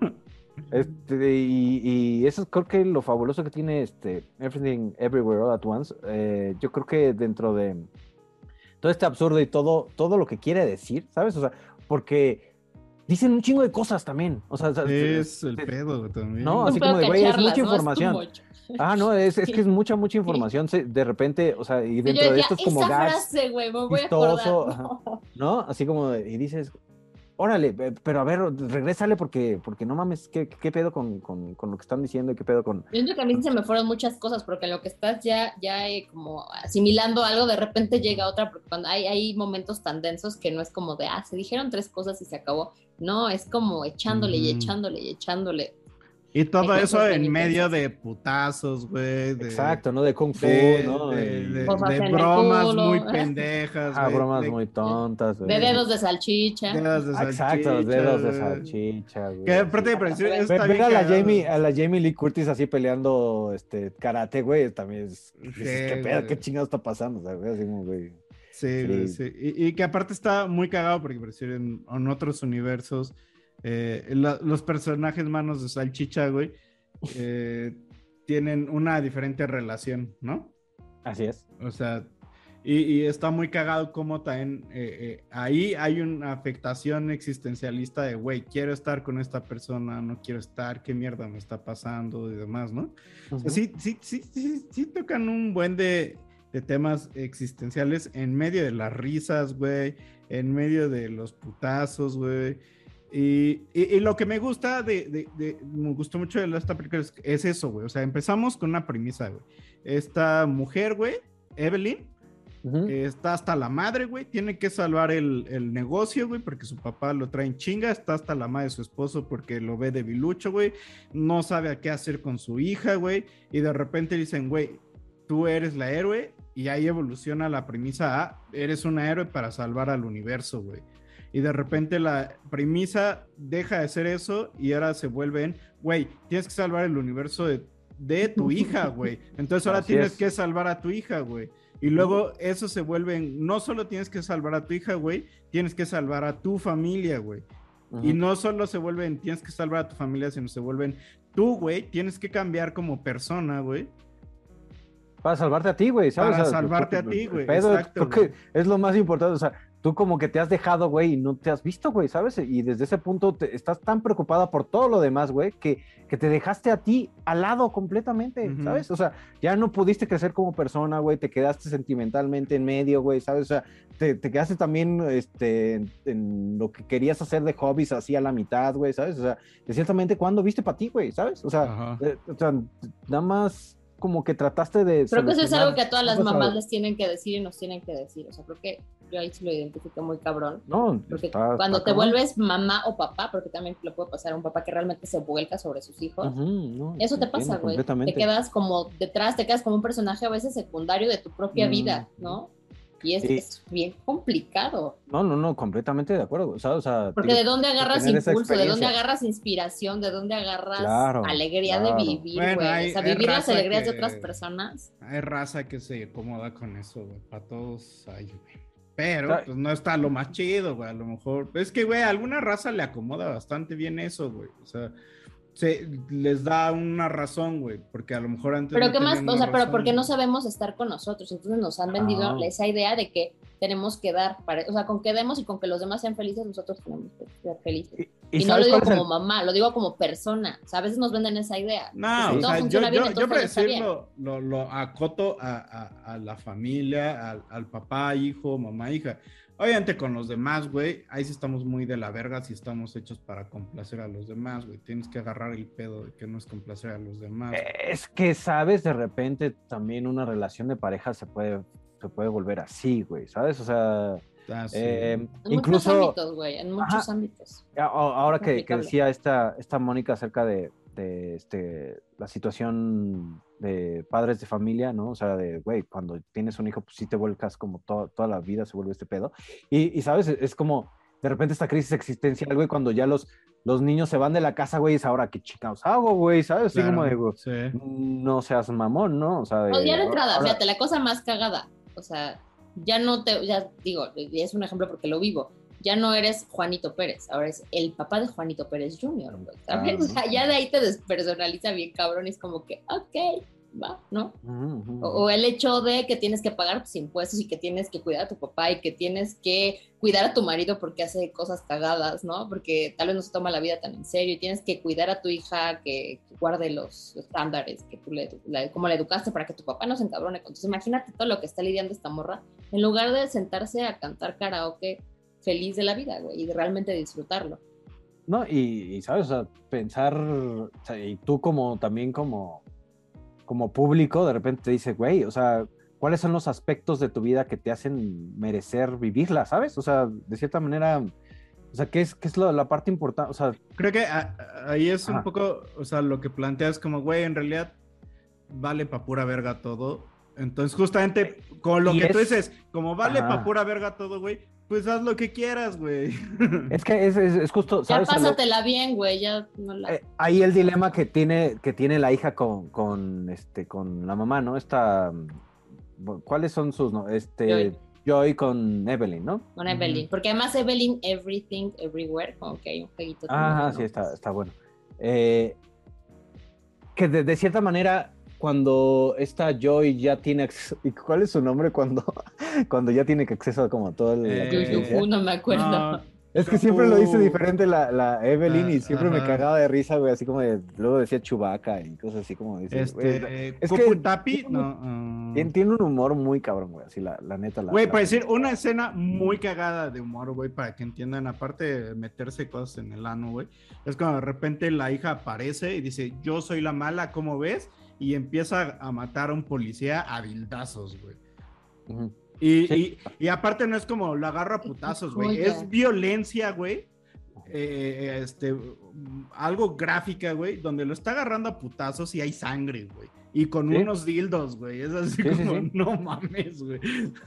este, y, y eso es creo que lo fabuloso que tiene este Everything Everywhere All at Once. Eh, yo creo que dentro de todo este absurdo y todo, todo lo que quiere decir, ¿sabes? O sea, porque dicen un chingo de cosas también. O sea,
es el pedo también.
No,
Un
así
pedo
como de, güey, es
cacharlas,
mucha
¿no?
información.
Es
Ah, no, es, es que es mucha, mucha información. Se- de repente, o sea, y
Y yo
dentro de
decía,
esto es como
esa
gas
frase, güey, me voy a acordar.
chistoso, ajá,
No.
¿no? Así como, de- y dices, órale, pe- pero a ver, regrésale porque, porque no mames, ¿qué, qué pedo con, con, con lo que están diciendo y qué pedo con...
Yo siento que a mí se me fueron muchas cosas, porque en lo que estás ya, ya eh, como asimilando algo, de repente llega otra, porque cuando hay, hay momentos tan densos que no es como de, ah, se dijeron tres cosas y se acabó. No, es como echándole y
Mm.
echándole y echándole.
Y todo
Hay
eso
cosas
en
bien
medio
intensas.
de putazos, güey. de-
Exacto, ¿no? De Kung Fu,
de,
¿no?
de-
Y-
de-
Cosas
de
en el
bromas
culo.
muy pendejas,
Ah,
güey.
bromas
de-
muy tontas, güey.
De dedos de salchicha.
dedos de
Ah, exacto, los
salchicha,
dedos de
güey.
salchicha, güey.
Que aparte de parecer,
Ver,
está
ver
bien
a la
cagado.
Jamie, a la Jamie Lee Curtis así peleando este karate, güey, también es, dices, ¿qué pedo?
güey.
¿Qué chingados está pasando? O sea, güey, así como, güey.
Sí,
Sí.
güey, sí. Y, y que aparte está muy cagado porque por decir en, en otros universos eh, la- los personajes manos de salchicha, güey, eh, tienen una diferente relación, ¿no?
Así es.
O sea, y, y está muy cagado como también eh, eh, ahí hay una afectación existencialista de, güey, quiero estar con esta persona, no quiero estar, qué mierda me está pasando y demás, ¿no? O sea, sí, sí, sí, sí, sí tocan un buen de, de temas existenciales en medio de las risas, güey, en medio de los putazos, güey. Y, y, y lo que me gusta de, de, de- me gustó mucho de esta película es, es eso, güey. O sea, empezamos con una premisa, güey. Esta mujer, güey, Evelyn,
Ujú.
eh, está hasta la madre, güey. Tiene que salvar el, el negocio, güey, porque su papá lo trae en chinga. Está hasta la madre de su esposo porque lo ve debilucho, güey. No sabe a qué hacer con su hija, güey. Y de repente dicen, güey, tú eres la héroe. Y ahí evoluciona la premisa a, eres una héroe para salvar al universo, güey. Y de repente la premisa deja de ser eso y ahora se vuelve en, güey, tienes que salvar el universo de, de tu hija, güey. Entonces ahora
Así
tienes
es.
que salvar a tu hija, güey. Y luego eso se vuelve en, no solo tienes que salvar a tu hija, güey, tienes que salvar a tu familia, güey.
Ujú.
Y no solo se vuelven, tienes que salvar a tu familia, sino se vuelven, tú, güey, tienes que cambiar como persona, güey.
Para salvarte a ti, güey, ¿sabes?
Para
O sea,
salvarte
el-
a ti,
el
güey,
pedo,
exacto,
creo que es lo más importante, o sea, tú como que te has dejado, güey, y no te has visto, güey, ¿sabes? Y desde ese punto te- estás tan preocupada por todo lo demás, güey, que, que te dejaste a ti al lado completamente,
Ujú.
¿sabes? O sea, ya no pudiste crecer como persona, güey, te quedaste sentimentalmente en medio, güey, ¿sabes? O sea, te, te quedaste también este, en, en lo que querías hacer de hobbies así a la mitad, güey, ¿sabes? O sea, de ciertamente, ¿cuándo viste para ti, güey? ¿Sabes? O sea,
Ajá.
eh, o sea, nada más como que trataste de...
Creo que eso es
solucionar
algo que a todas las
cosas.
mamás les tienen que decir y nos tienen que decir. O sea, creo que yo ahí sí lo identifico muy cabrón.
No,
Porque
está-
cuando
está
te
cabrón.
vuelves mamá o papá, porque también le puede pasar a un papá que realmente se vuelca sobre sus hijos,
Ujú, no,
eso te
entiendo
pasa, güey.
completamente.
Te quedas como detrás, te quedas como un personaje a veces secundario de tu propia
Mm.
vida, ¿no? Y es,
Sí.
es bien complicado.
No, no, no, completamente de acuerdo. O sea, o sea,
Porque
digo,
de dónde agarras
tener esa
impulso, de dónde
experiencia.
agarras inspiración, de dónde agarras
Claro,
alegría
claro.
de vivir,
Bueno,
güey.
hay-
O sea,
hay
vivir las
raza
alegrías de
que-
otras personas.
Hay raza que se acomoda con eso, güey. Para todos hay, güey. Pero,
Claro.
pues no está lo más chido, güey. A lo mejor. Es que, güey, a alguna raza le acomoda bastante bien eso, güey. O sea, se, les da una razón, güey. Porque a lo mejor antes.
Pero
no
qué más,
tenían
o
una
sea, pero
razón,
porque no
güey.
sabemos estar con nosotros, entonces nos han vendido
Ah.
esa idea de que tenemos que dar, para, o sea, con que demos y con que los demás sean felices, nosotros tenemos que ser felices.
¿Y
Y, no lo
sabes
digo
cuál es
como
el-
mamá, lo digo como persona. O sea, a veces nos venden esa idea.
No,
Que si
o
todo
sea, yo,
funciona bien,
yo, yo
entonces
para
todo está bien.
decirlo, lo, lo acoto a, a, a la familia, al, al papá, hijo, mamá, hija. Obviamente con los demás, güey, ahí sí estamos muy de la verga si estamos hechos para complacer a los demás, güey. Tienes que agarrar el pedo de que no es complacer a los demás. güey.
Es que, ¿sabes? De repente también una relación de pareja se puede, se puede volver así, güey, ¿sabes? O sea,
Ah, sí.
eh,
En
incluso...
muchos ámbitos, güey, en muchos
Ajá.
ámbitos.
A- a- Ahora que, que
Complicable.
decía esta, esta Mónica acerca de, de este, la situación de padres de familia, ¿no? O sea, de, güey, cuando tienes un hijo, pues sí te vuelcas como to- toda la vida se vuelve este pedo. Y, y, ¿sabes? Es como, de repente esta crisis existencial, güey, cuando ya los, los niños se van de la casa, güey, es ahora, ¿qué chingados hago, güey? ¿Sabes? Así
Claro,
como de, güey,
sí.
no seas mamón, ¿no? O sea, de,
O ya de entrada,
ahora-
fíjate, la cosa más cagada, o sea, ya no te, ya digo, y es un ejemplo porque lo vivo, ya no eres Juanito Pérez, ahora es el papá de Juanito Pérez junior, güey, ¿sabes?
Claro.
O sea, ya de ahí te despersonaliza bien cabrón, y es como que, ok, va, ¿no?
Uh, uh,
o, o el hecho de que tienes que pagar tus impuestos y que tienes que cuidar a tu papá y que tienes que cuidar a tu marido porque hace cosas cagadas, ¿no? Porque tal vez no se toma la vida tan en serio y tienes que cuidar a tu hija que, que guarde los estándares que tú le, la, como la educaste para que tu papá no se encabrone. Entonces imagínate todo lo que está lidiando esta morra en lugar de sentarse a cantar karaoke feliz de la vida, güey, y de realmente disfrutarlo.
No, y, y sabes, o sea, pensar, o sea, y tú como también como, como público, de repente te dice, güey, o sea, ¿cuáles son los aspectos de tu vida que te hacen merecer vivirla, sabes? O sea, de cierta manera, o sea, ¿qué es, qué es lo, la parte importante? O sea,
creo que a, a, ahí es un
ajá.
poco, o sea, lo que planteas como, güey, en realidad vale pa' pura verga todo. Entonces, justamente, con lo
y
que
es...
tú dices, como vale
ajá.
pa' pura verga todo, güey, pues haz lo que quieras, güey.
Es que es, es, es justo, ¿sabes?
Ya pásatela lo... bien, güey, ya no la...
Eh, ahí el dilema que tiene, que tiene la hija con, con, este, con la mamá, ¿no? Esta, ¿cuáles son sus, no? Este, Joy. Joy con Evelyn, ¿no?
Con Evelyn, uh-huh. Porque además Evelyn, Everything, Everywhere, como que hay un jueguito.
Ah, sí, está, está bueno. Eh, que de, de cierta manera... Cuando esta Joy ya tiene acceso, ¿y cuál es su nombre cuando, cuando ya tiene acceso a como todo el...
Eh, no me acuerdo. No,
es que siempre uh, lo dice diferente la, la Evelyn uh, y siempre
ajá.
me cagaba de risa, güey, así como de, luego decía Chewbacca y cosas así como dice.
Este,
güey,
es que Tapi, no, uh...
tiene, tiene un humor muy cabrón, güey, así la, la neta.
Güey, para decir una escena muy cagada de humor, güey, para que entiendan, aparte de meterse cosas en el ano, güey, es cuando de repente la hija aparece y dice, yo soy la mala, ¿cómo ves? Y empieza a matar a un policía a bildazos, güey. Uh-huh. Y, sí. y, y aparte no es como lo agarro a putazos, güey. Es violencia, güey. Eh, este, algo gráfica, güey, donde lo está agarrando a putazos y hay sangre, güey. Y con ¿sí? unos dildos, güey. Es así sí, como, sí, sí. no mames, güey.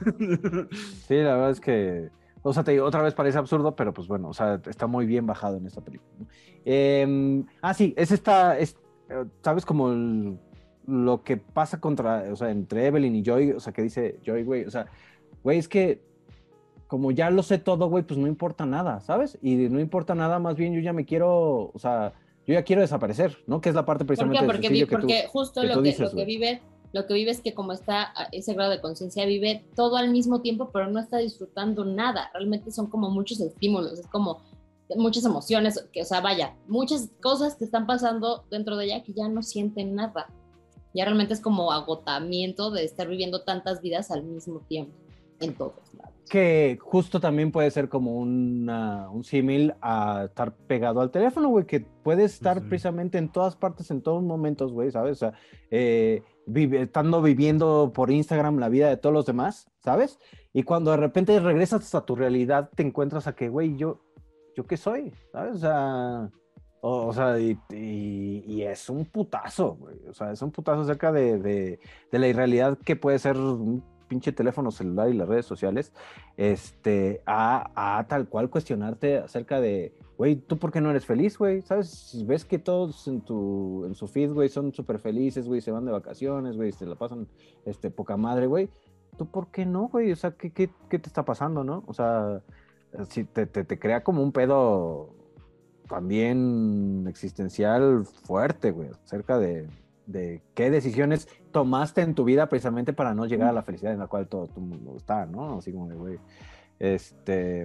Sí, la verdad es que... O sea, te digo, otra vez parece absurdo, pero pues bueno, o sea, está muy bien bajado en esta película, ¿no? Eh, ah, sí, es esta... Es, ¿sabes? Como el... lo que pasa contra, o sea, entre Evelyn y Joy, o sea, que dice Joy, güey, o sea, güey, es que como ya lo sé todo, güey, pues no importa nada, ¿sabes? Y no importa nada, más bien yo ya me quiero, o sea, yo ya quiero desaparecer, ¿no? Que es la parte precisamente
¿Por qué? Porque, vi,
que
porque
tú,
justo
que
lo,
tú
que,
dices,
lo que vive, lo que vive es que como está a ese grado de conciencia, vive todo al mismo tiempo, pero no está disfrutando nada, realmente son como muchos estímulos, es como muchas emociones, que, o sea, vaya, muchas cosas que están pasando dentro de ella que ya no sienten nada. Ya realmente es como agotamiento de estar viviendo tantas vidas al mismo tiempo, en todos lados.
Que justo también puede ser como una, un símil a estar pegado al teléfono, güey, que puedes estar sí. precisamente en todas partes, en todos momentos, güey, ¿sabes? O sea, eh, vive, estando viviendo por Instagram la vida de todos los demás, ¿sabes? Y cuando de repente regresas a tu realidad, te encuentras a que, güey, yo, ¿yo qué soy? ¿Sabes? O sea... O, o sea, y, y, y es un putazo, güey. O sea, es un putazo acerca de, de, de la irrealidad que puede ser un pinche teléfono celular y las redes sociales, este, a, a tal cual cuestionarte acerca de, güey, ¿tú por qué no eres feliz, güey? ¿Sabes? Si ves que todos en tu, en su feed, güey, son súper felices, güey, se van de vacaciones, güey, se la pasan, este, poca madre, güey. ¿Tú por qué no, güey? O sea, ¿qué, qué, qué te está pasando, no? O sea, si te, te, te crea como un pedo... también existencial fuerte, güey, acerca de, de qué decisiones tomaste en tu vida precisamente para no llegar a la felicidad en la cual todo el mundo está, ¿no? Así como de, güey, este...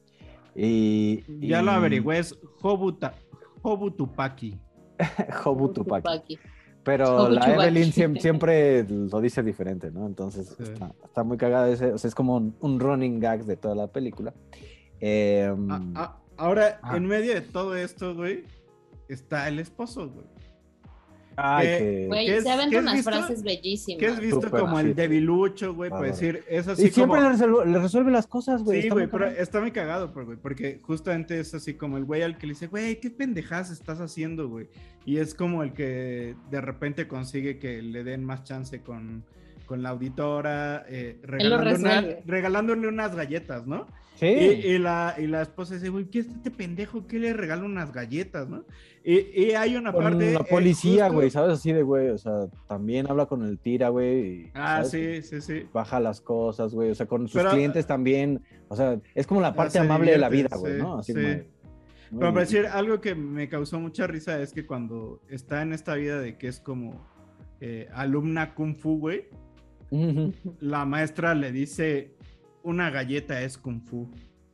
Y...
Ya
y...
lo averigüé, es Hobuta, Hobutupaki.
Hobutupaki. Pero Hobu la Chubaki. Evelyn siempre, siempre lo dice diferente, ¿no? Entonces sí. está, está muy cagada, ese, o sea, es como un, un running gag de toda la película. Eh,
ah, ah. Ahora, ah. en medio de todo esto, güey, está el esposo, güey.
Ay, que...
Güey, se aventan unas visto? frases bellísimas.
Que es visto Super como el debilucho, güey, para decir, es así
y siempre
como...
le, resuelve, le resuelve las cosas, güey.
Sí, güey, pero está muy cagado, güey, porque justamente es así como el güey al que le dice, güey, ¿qué pendejadas estás haciendo, güey? Y es como el que de repente consigue que le den más chance con, con la auditora, eh, regalando una, regalándole unas galletas, ¿no?
Sí.
Y, y, la, y la esposa dice, güey, ¿qué es este pendejo? ¿Qué le regala unas galletas, no? Y, y hay una
con
parte...
la policía, güey, justo... ¿sabes? Así de, güey, o sea, también habla con el tira, güey.
Ah,
¿sabes?
sí, sí, sí.
Baja las cosas, güey, o sea, con sus
Pero,
clientes también, o sea, es como la parte amable
divierte,
de la vida, güey,
sí,
¿no? Así
sí.
como...
Muy... Pero para decir, algo que me causó mucha risa es que cuando está en esta vida de que es como eh, alumna Kung Fu, güey,
Ujú.
la maestra le dice, una galleta es Kung Fu.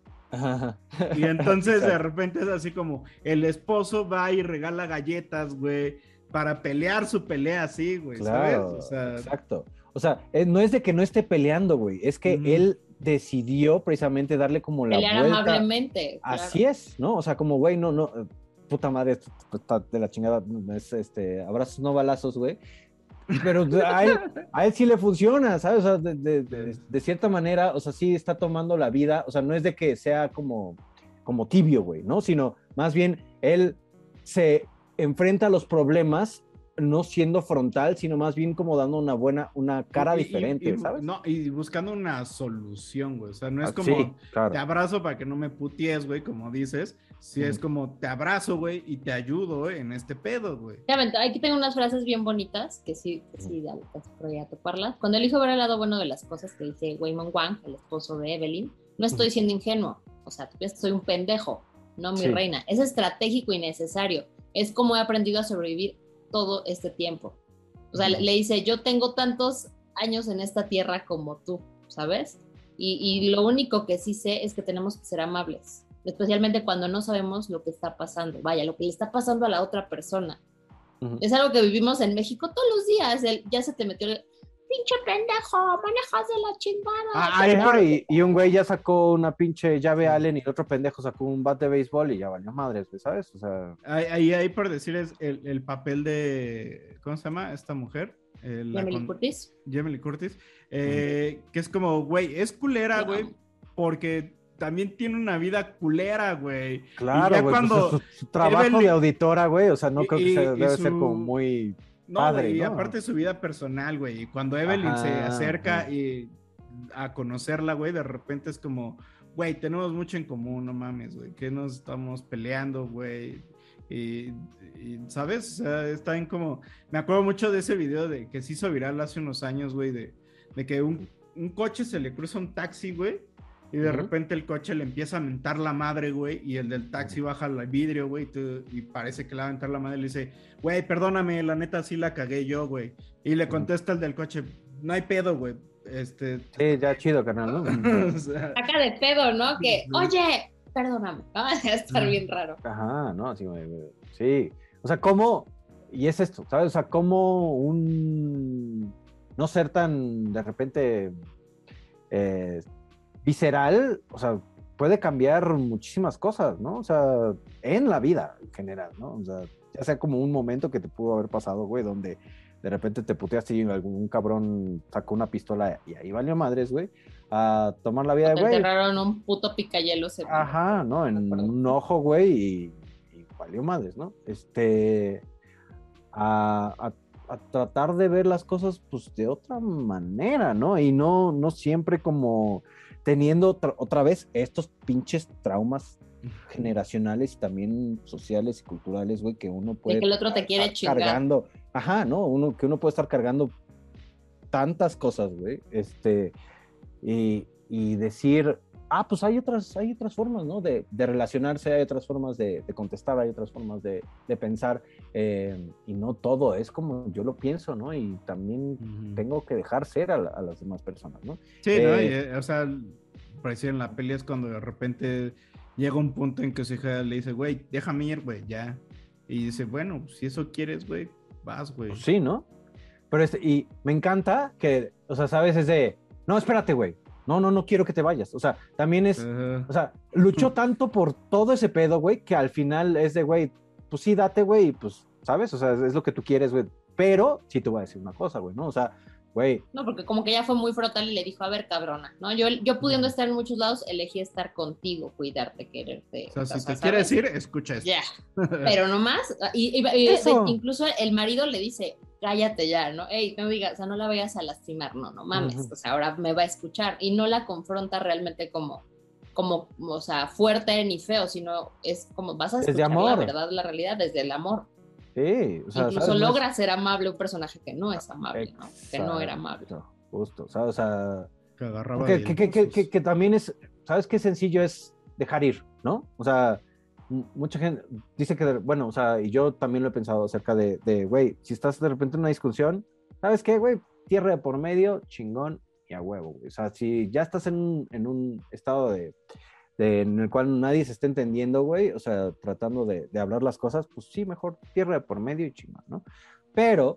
Ajá.
Y entonces de
Exacto.
repente es así como, el esposo va y regala galletas, güey, para pelear su pelea así, güey,
Claro,
¿sabes? O sea,
exacto. O sea, eh, no es de que no esté peleando, güey, es que
Ujú.
él decidió precisamente darle como la
Pelear
vuelta.
amablemente.
Así
claro.
es, ¿no? O sea, como, güey, no, no, eh, puta madre, esto está de la chingada, es este, abrazos no balazos, güey. Pero a él, a él sí le funciona, ¿sabes? O sea, de, de- de- de cierta manera, o sea, sí está tomando la vida, o sea, no es de que sea como, como tibio, güey, ¿no? Sino más bien él se enfrenta a los problemas no siendo frontal, sino más bien como dando una buena, una cara
y- y-
diferente,
y-
¿sabes?
No, y buscando una solución, güey. O sea, no es
Ah,
como
sí, claro.
te abrazo para que no me puties, güey, como dices. Sí, es
Ujú.
como te abrazo, güey, y te ayudo, güey, en este pedo, güey.
Ya ven, aquí tengo unas frases bien bonitas que sí, que sí, ya voy a toparlas. Cuando elijo ver el lado bueno de las cosas, que dice Wayman Wang, el esposo de Evelyn, no estoy siendo ingenuo. O sea, tú piensas que soy un pendejo, no mi
Sí.
reina. Es estratégico y necesario. Es como he aprendido a sobrevivir todo este tiempo. O sea,
Ujú.
le, le dice, yo tengo tantos años en esta tierra como tú, ¿sabes? Y, y lo único que sí sé es que tenemos que ser amables, especialmente cuando no sabemos lo que está pasando. Vaya, lo que le está pasando a la otra persona.
Ujú.
Es algo que vivimos en México todos los días. El, ya se te metió el pinche pendejo, manejas de la chingada.
Ah,
Sí,
ahí por-
y, y un güey ya sacó una pinche llave Allen y el otro pendejo sacó un bat de béisbol y ya valió madres, güey, ¿sabes? O sea,
ahí, ahí, ahí por decir es el, el papel de, ¿cómo se llama esta mujer? Eh, la
Emily
con-
Curtis.
Jamie Lee Curtis, eh, que es como, güey, es culera,
Sí,
güey,
no.
porque también tiene una vida culera, güey. Y
claro,
ya
güey, pues,
cuando
su, su trabajo
Evelyn-
de auditora, güey, o sea, no
Y-
creo que
y-
sea-
y
debe
su-
ser como muy
No,
padre,
güey, y
¿no?
aparte su vida personal, güey. Y cuando Evelyn se
Ajá,
acerca
ajá.
y a conocerla, güey, de repente es como, güey, tenemos mucho en común, no mames, güey, que nos estamos peleando, güey. Y, y, ¿sabes? O sea, está bien como... Me acuerdo mucho de ese video de que se hizo viral hace unos años, güey, de, de que un, un coche se le cruza a un taxi, güey, y de
Ujú.
repente el coche le empieza a mentar la madre, güey, y el del taxi baja el vidrio, güey, y, tú- y parece que le va a mentar la madre y le dice, güey, perdóname, la neta sí la cagué yo, güey. Y le contesta el del coche, no hay pedo, güey. Este...
Sí, ya chido, carnal, ¿no?
o sea,
Saca de pedo, ¿no? Que, oye, perdóname, va a estar bien raro.
Ajá, no, sí, güey, güey. Sí. O sea, ¿cómo? Y es esto, ¿sabes? O sea, ¿cómo un no ser tan de repente eh, visceral, o sea, puede cambiar muchísimas cosas, ¿no? O sea, en la vida en general, ¿no? O sea, ya sea como un momento que te pudo haber pasado, güey, donde de repente te puteaste y algún cabrón sacó una pistola y ahí valió madres, güey, a tomar la vida de
Te
güey.
enterraron un puto picayelo.
Ajá, ¿no? En un ojo, güey, y, y valió madres, ¿no? Este, a, a- a tratar de ver las cosas, pues, de otra manera, ¿no? Y no, no siempre como teniendo otra, otra vez estos pinches traumas generacionales y también sociales y culturales, güey, que uno puede...
De que el otro te quiere
estar
chingar.
Cargando, ajá, ¿no? Uno, que uno puede estar cargando tantas cosas, güey, este, y, y decir, ah, pues hay otras, hay otras formas, ¿no? De, de relacionarse, hay otras formas de, de contestar, hay otras formas de, de pensar, eh, y no todo es como yo lo pienso, ¿no? Y también
Ujú.
tengo que dejar ser a, la- a las demás personas, ¿no?
Sí, ¿no?
Eh,
Y, eh, o sea, parecía en la peli es cuando de repente llega un punto en que su hija le dice, güey, déjame ir, güey, ya. Y dice, bueno, si eso quieres, güey, vas, güey.
Pues sí, ¿no? Pero este, y me encanta que, o sea, sabes, es de, no, espérate, güey, no, no, no quiero que te vayas. O sea, también es,
Ajá.
o sea, luchó tanto por todo ese pedo, güey, que al final es de, güey, pues sí, date, güey, pues, ¿sabes? O sea, es, es lo que tú quieres, güey. Pero sí te voy a decir una cosa, güey, ¿no? O sea, güey,
No, porque como que ella fue muy frontal y le dijo, a ver, cabrona, ¿no? Yo, yo pudiendo estar en muchos lados, elegí estar contigo, cuidarte, quererte.
O sea, si te
¿sabes?
quieres ir, escucha esto.
Ya, pero nomás, y, y- y-
Eso.
incluso el marido le dice, cállate ya, ¿no? Ey, no digas, o sea, no la vayas a lastimar, no, no mames,
Ujú.
o sea, ahora me va a escuchar, y no la confronta realmente como, como, o sea, fuerte ni feo, sino es como, vas a
Desde
escuchar la
amor.
verdad, la realidad, desde el amor.
sí, o sea,
Incluso
¿sabes? No es-
logra ser amable un personaje que no es amable, ¿no? Que no era amable.
Exacto, justo, ¿sabes? O sea,
Que agarraba
que,
de
que, que, que, que- que también es, ¿sabes qué sencillo es dejar ir, ¿no? O sea, m- mucha gente dice que, bueno, o sea, y yo también lo he pensado acerca de, de, güey, si estás de repente en una discusión, ¿sabes qué, güey? Tierra de por medio, chingón y a huevo, güey. O sea, si ya estás en un, en un estado de, de, en el cual nadie se está entendiendo, güey, o sea, tratando de, de hablar las cosas, pues sí, mejor tierra de por medio y chingón, ¿no? Pero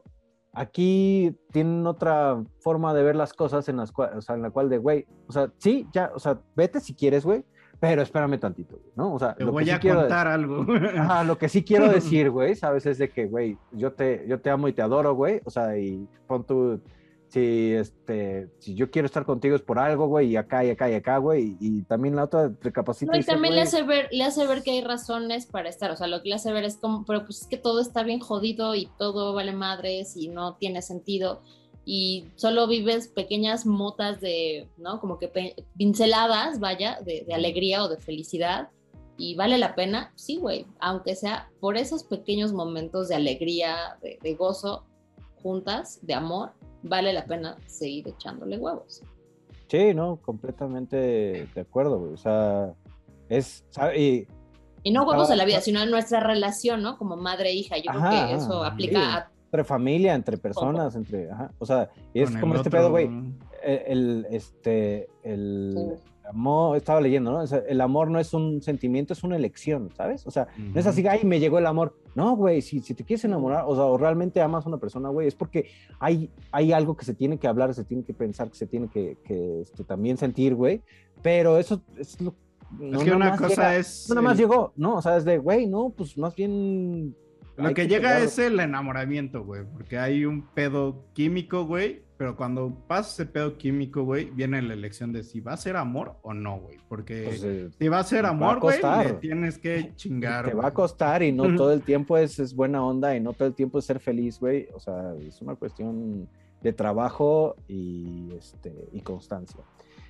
aquí tienen otra forma de ver las cosas en las cual, o sea, en la cual de, güey, o sea, sí, ya, o sea, vete si quieres, güey, pero espérame tantito, güey, ¿no? O sea,
te
lo
voy
que sí
a
quiero
contar
de...
algo.
Ajá, lo que sí quiero decir, güey, ¿sabes? Es de que, güey, yo te, yo te amo y te adoro, güey, o sea, y pon tu... Si, este, si yo quiero estar contigo es por algo, güey, y acá y acá y acá, güey, y, y también la otra recapacita.
No, y
dice,
también
güey,
le hace ver, le hace ver que hay razones para estar, o sea, lo que le hace ver es como, pero pues es que todo está bien jodido y todo vale madres y no tiene sentido y solo vives pequeñas motas de, ¿no? Como que pe- pinceladas, vaya, de, de alegría o de felicidad y vale la pena, sí, güey, aunque sea por esos pequeños momentos de alegría, de, de gozo, juntas, de amor, vale la pena seguir echándole huevos.
Sí, no, completamente de acuerdo, güey. O sea, es, ¿sabe? Y,
y no huevos
estaba,
a la vida, sino en nuestra relación, ¿no? Como madre e hija. Yo
ajá,
creo que eso
sí,
aplica a...
entre familia, entre personas, Ojo. entre, ajá, o sea, y es
Con
como
el
este
otro,
pedo, güey,
¿no?
el, el, este, el
Sí.
amor, estaba leyendo, ¿no? O sea, el amor no es un sentimiento, es una elección, ¿sabes? O sea,
Uh-huh.
no es así, ay, me llegó el amor. No, güey, si, si te quieres enamorar, o sea, o realmente amas a una persona, güey, es porque hay, hay algo que se tiene que hablar, se tiene que pensar, que se tiene que, que este, también sentir, güey, pero eso es lo
no, es que una cosa
llega,
es...
No, nada más el... llegó, ¿no? O sea, es de, güey, no, pues más bien...
Lo que, que llega pegarlo. Es el enamoramiento, güey, porque hay un pedo químico, güey, pero cuando pasa ese pedo químico, güey, viene la elección de si va a ser amor o no, güey, porque pues, eh, si va a ser amor, güey, le tienes que chingar.
Te
güey.
va a costar y no todo el tiempo es, es buena onda y no todo el tiempo es ser feliz, güey, o sea, es una cuestión de trabajo y, este, y constancia.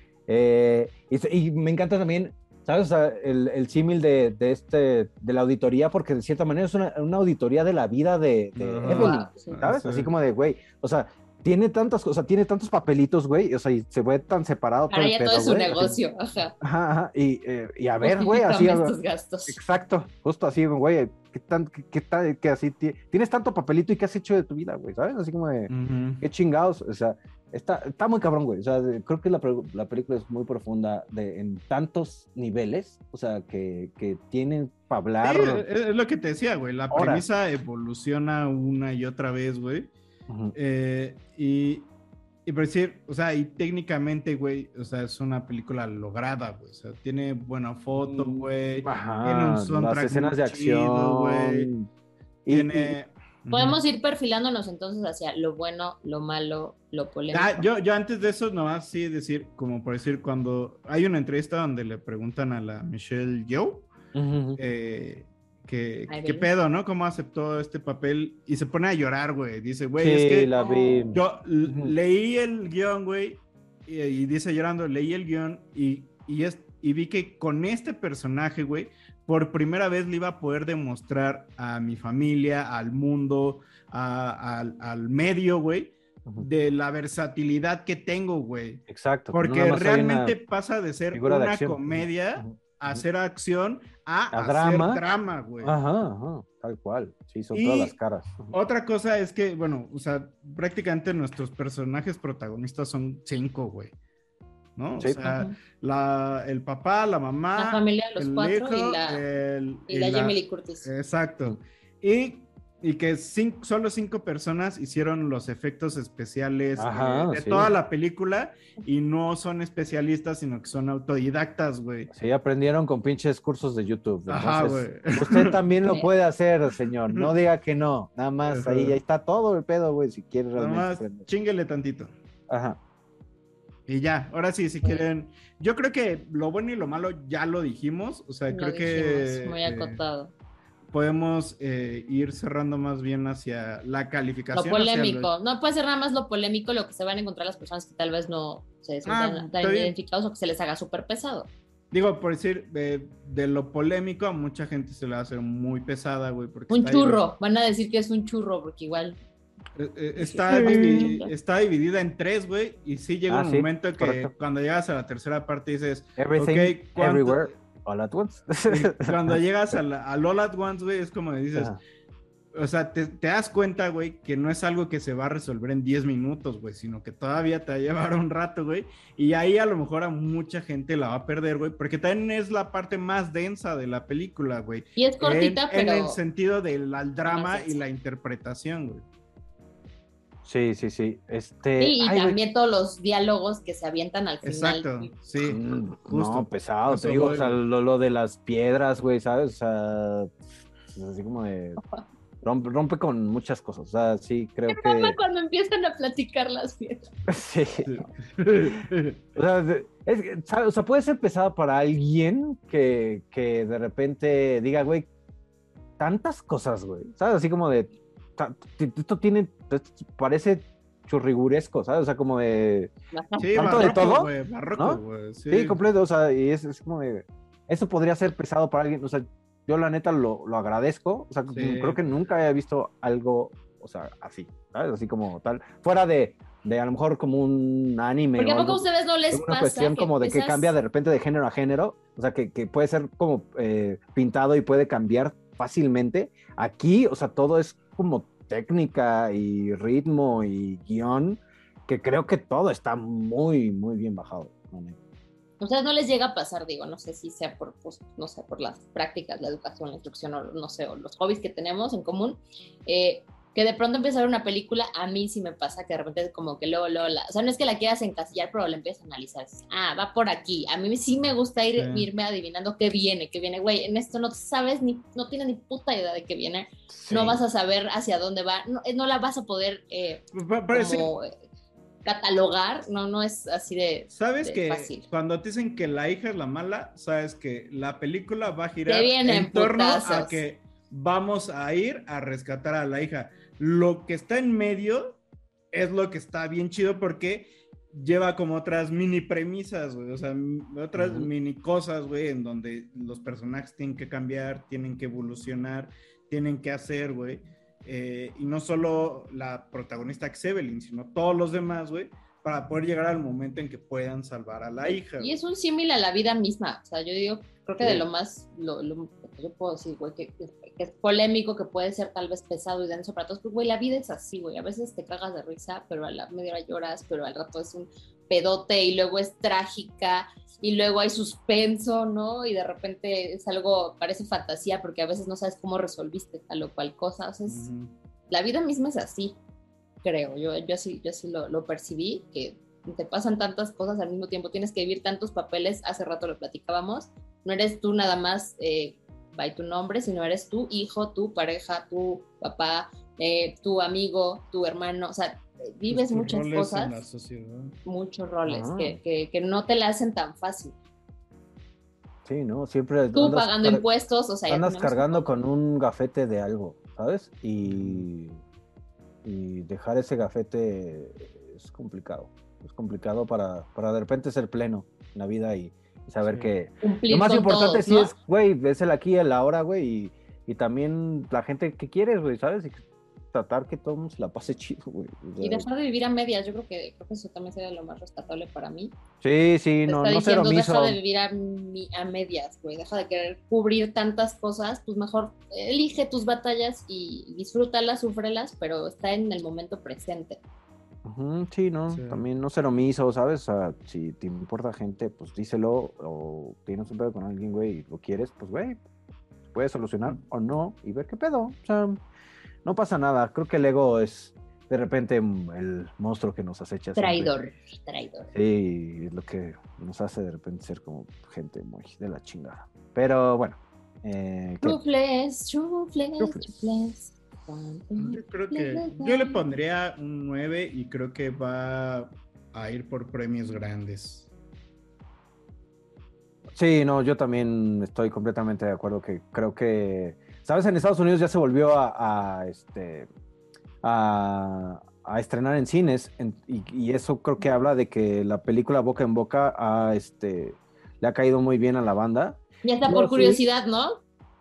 Eh, y, y me encanta también... ¿Sabes? O sea, el, el símil de, de, este, de la auditoría, porque de cierta manera es una, una auditoría de la vida de, de uh-huh. Evelyn, ¿sabes? Sí. Así como de, güey, o sea, tiene tantas cosas, tiene tantos papelitos, güey, o sea, y se ve tan separado
todo el pedo, todo es su negocio,
así,
ajá.
Ajá, ajá, y, eh, y a ver, güey, así.
Estos gastos.
Exacto, justo así, güey, ¿qué tan, qué, qué tan, que así, tienes tanto papelito y qué has hecho de tu vida, güey, ¿sabes? Así como de, uh-huh. qué chingados, o sea, Está, está muy cabrón, güey. O sea, de, creo que la, la película es muy profunda de, en tantos niveles. O sea, que, que tienen para hablar.
Sí, es, es lo que te decía, güey. La horas. Premisa evoluciona una y otra vez, güey. Uh-huh. Eh, y, y por decir, o sea, y técnicamente, güey, o sea, es una película lograda, güey. O sea, tiene buena foto, güey.
Ajá,
tiene un soundtrack
las escenas de acción,
güey. Tiene...
Podemos ir perfilándonos entonces hacia lo bueno, lo malo, lo polémico.
Ah, yo, yo antes de eso, nomás sí decir, como por decir, cuando hay una entrevista donde le preguntan a la Michelle Yeoh, uh-huh. eh, que, qué pedo, ¿no? ¿Cómo aceptó este papel? Y se pone a llorar, güey. Dice, güey,
sí,
es que
la vi.
yo uh-huh. leí el guión, güey, y, y dice llorando, leí el guión y, y, es, y vi que con este personaje, güey, por primera vez le iba a poder demostrar a mi familia, al mundo, a, a, al medio, güey, uh-huh. de la versatilidad que tengo, güey.
Exacto.
Porque no realmente pasa de ser una de comedia uh-huh. a hacer acción a, a, a
drama.
hacer drama, güey.
Ajá, ajá, tal cual. Sí, son y todas las caras.
Uh-huh. Otra cosa es que, bueno, o sea, prácticamente nuestros personajes protagonistas son cinco, güey. ¿No? Sí. O sea, uh-huh. la, el papá, la mamá,
la familia, los
el
cuatro
hijo,
y la,
el,
y la, la Jamie Lee Curtis.
Exacto. Y, y que cinco, solo cinco personas hicieron los efectos especiales Ajá, de, de sí. toda la película y no son especialistas, sino que son autodidactas, güey.
Sí, aprendieron con pinches cursos de YouTube.
Ajá, güey.
Usted también lo puede hacer, señor. No diga que no. Nada más Ajá. ahí, ahí está todo el pedo, güey, si quiere realmente.
Nada más aprender. Chinguele tantito.
Ajá.
Y ya, ahora sí, si quieren, yo creo que lo bueno y lo malo ya lo dijimos, o sea,
lo
creo
dijimos,
que
muy acotado.
Eh, podemos eh, ir cerrando más bien hacia la calificación.
Lo polémico, lo... no puede ser nada más lo polémico, lo que se van a encontrar las personas que tal vez no se sientan ah, tan identificados o que se les haga súper pesado.
Digo, por decir, de, de lo polémico a mucha gente se le va a hacer muy pesada, güey.
Un churro, ahí, van a decir que es un churro, porque igual...
Está, divi- está dividida en tres, güey, y sí llega ah, un sí, momento que correcto. Cuando llegas a la tercera parte dices,
Everything,
okay,
everywhere, all at once.
Cuando llegas a la, al all at once, güey, es como dices, Ajá. o sea, te, te das cuenta, güey, que no es algo que se va a resolver en diez minutos, güey, sino que todavía te va a llevar un rato, güey, y ahí a lo mejor a mucha gente la va a perder, güey, porque también es la parte más densa de la película, güey.
Y es cortita,
en,
pero...
En el sentido del drama y la interpretación, güey.
Sí, sí, sí. Este...
Sí, y
Ay,
también güey. Todos los diálogos que se avientan al final.
Exacto, sí.
Mm,
justo.
No, pesado, te digo, o sea, lo, lo de las piedras, güey, ¿sabes? O sea, es así como de... Rompe, rompe con muchas cosas, o sea, sí, creo
Qué
que...
mama cuando empiezan a platicar las piedras.
Sí. O sea, es, ¿sabes? O sea, puede ser pesado para alguien que, que de repente diga, güey, tantas cosas, güey, ¿sabes? Así como de... Esto tiene... Esto parece churriguresco, ¿sabes? O sea, como de...
Sí,
tanto
barroco,
de todo,
güey, barroco,
¿no?
güey, sí.
Sí, completo, o sea, y es, es como de... Eso podría ser pesado para alguien, o sea, yo la neta lo, lo agradezco, o sea,
Sí.
creo que nunca había visto algo, o sea, así, ¿sabes? Así como tal, fuera de, de a lo mejor como un anime.
Porque
o
a poco a
algo,
ustedes no les
una
pasa
cuestión
que
como de que
empiezas-
cambia de repente de género a género, o sea, que, que puede ser como eh, pintado y puede cambiar fácilmente. Aquí, o sea, todo es como técnica y ritmo y guión, que creo que todo está muy, muy bien bajado, la neta.
O sea, no les llega a pasar, digo, no sé si sea por, pues, no sé, por las prácticas, la educación, la instrucción, o no sé, o los hobbies que tenemos en común, eh, que de pronto empieza a ver una película, a mí sí me pasa que de repente como que luego, luego, la, o sea, no es que la quieras encasillar, pero la empiezas a analizar, ah, va por aquí, a mí sí me gusta ir,
Sí.
irme adivinando qué viene, qué viene, güey, en esto no sabes, ni, no tienes ni puta idea de qué viene,
Sí.
no vas a saber hacia dónde va, no, no la vas a poder eh,
Pa- parece-
como eh, catalogar, no, no es así de,
¿Sabes
de
que
fácil.
cuando te dicen que la hija es la mala, sabes que la película va a girar
Te vienen
en torno
putazos.
a que vamos a ir a rescatar a la hija? Lo que está en medio es lo que está bien chido porque lleva como otras mini premisas, güey, o sea, m- otras
Ujú.
mini cosas, güey, en donde los personajes tienen que cambiar, tienen que evolucionar, tienen que hacer, güey. Eh, y no solo la protagonista Xevelyn, sino todos los demás, güey, para poder llegar al momento en que puedan salvar a la hija.
Y es un símil a la vida misma. O sea, yo digo, creo que
Sí.
de lo más, lo, lo que yo puedo decir, güey, que, que es polémico, que puede ser tal vez pesado y denso para todos, pues, güey, la vida es así, güey. A veces te cagas de risa, pero a la media hora lloras, pero al rato es un pedote y luego es trágica y luego hay suspenso, ¿no? Y de repente es algo, parece fantasía porque a veces no sabes cómo resolviste tal o cual cosa. O sea, es,
Ujú.
la vida misma es así, creo. Yo, yo así, yo así lo, lo percibí, que te pasan tantas cosas al mismo tiempo, tienes que vivir tantos papeles, hace rato lo platicábamos, no eres tú nada más eh, by tu nombre, sino eres tu hijo, tu pareja, tu papá, eh, tu amigo, tu hermano, o sea, vives
Tus
muchas
roles en la
cosas,
sociedad.
muchos roles
Ah.
que, que, que no te la hacen tan fácil.
Sí, ¿no? Siempre
Tú
andas
pagando
car-
impuestos, o sea, ya
andas
tenemos
cargando
un-
con un gafete de algo, ¿sabes? Y, y dejar ese gafete es complicado. Es complicado para, para de repente ser pleno en la vida y, y saber
Sí.
que
cumplir
lo más
con
importante
todos,
sí
¿no?
es, güey, es el aquí y el ahora, güey, y, y también la gente que quieres, güey, ¿sabes? Y tratar que todo el mundo se la pase chido, güey. O sea,
Y dejar de vivir a medias, yo creo que, creo que eso también sería lo más rescatable para mí.
sí, sí,
Te
no,
está
no ser
diciendo,
omiso.
deja de vivir a, mi- a medias, güey, deja de querer cubrir tantas cosas, pues mejor elige tus batallas y disfrútalas, súfrelas, pero está en el momento presente.
Ujú, sí, no,
Sí.
también no ser omiso, ¿sabes? O sea, si te importa gente, pues díselo, o tienes un pedo con alguien, güey, y lo quieres, pues, güey, puedes solucionar o no, y ver qué pedo, o sea, no pasa nada, creo que el ego es, de repente, mm, el monstruo que nos acecha siempre.
Traidor, traidor.
Sí, es lo que nos hace de repente ser como gente muy de la chingada, pero bueno, eh, ¿qué?
Chufles, chufles,
Chufles.
chufles.
Yo creo que yo le pondría un nueve y creo que va a ir por premios grandes.
Sí, no, yo también estoy completamente de acuerdo que creo que, ¿sabes? En Estados Unidos ya se volvió a, a, este, a, a estrenar en cines en- y, y eso creo que habla de que la película Boca en Boca ha, este, le ha caído muy bien a la banda.
Y hasta
No,
por
sí.
curiosidad, ¿no?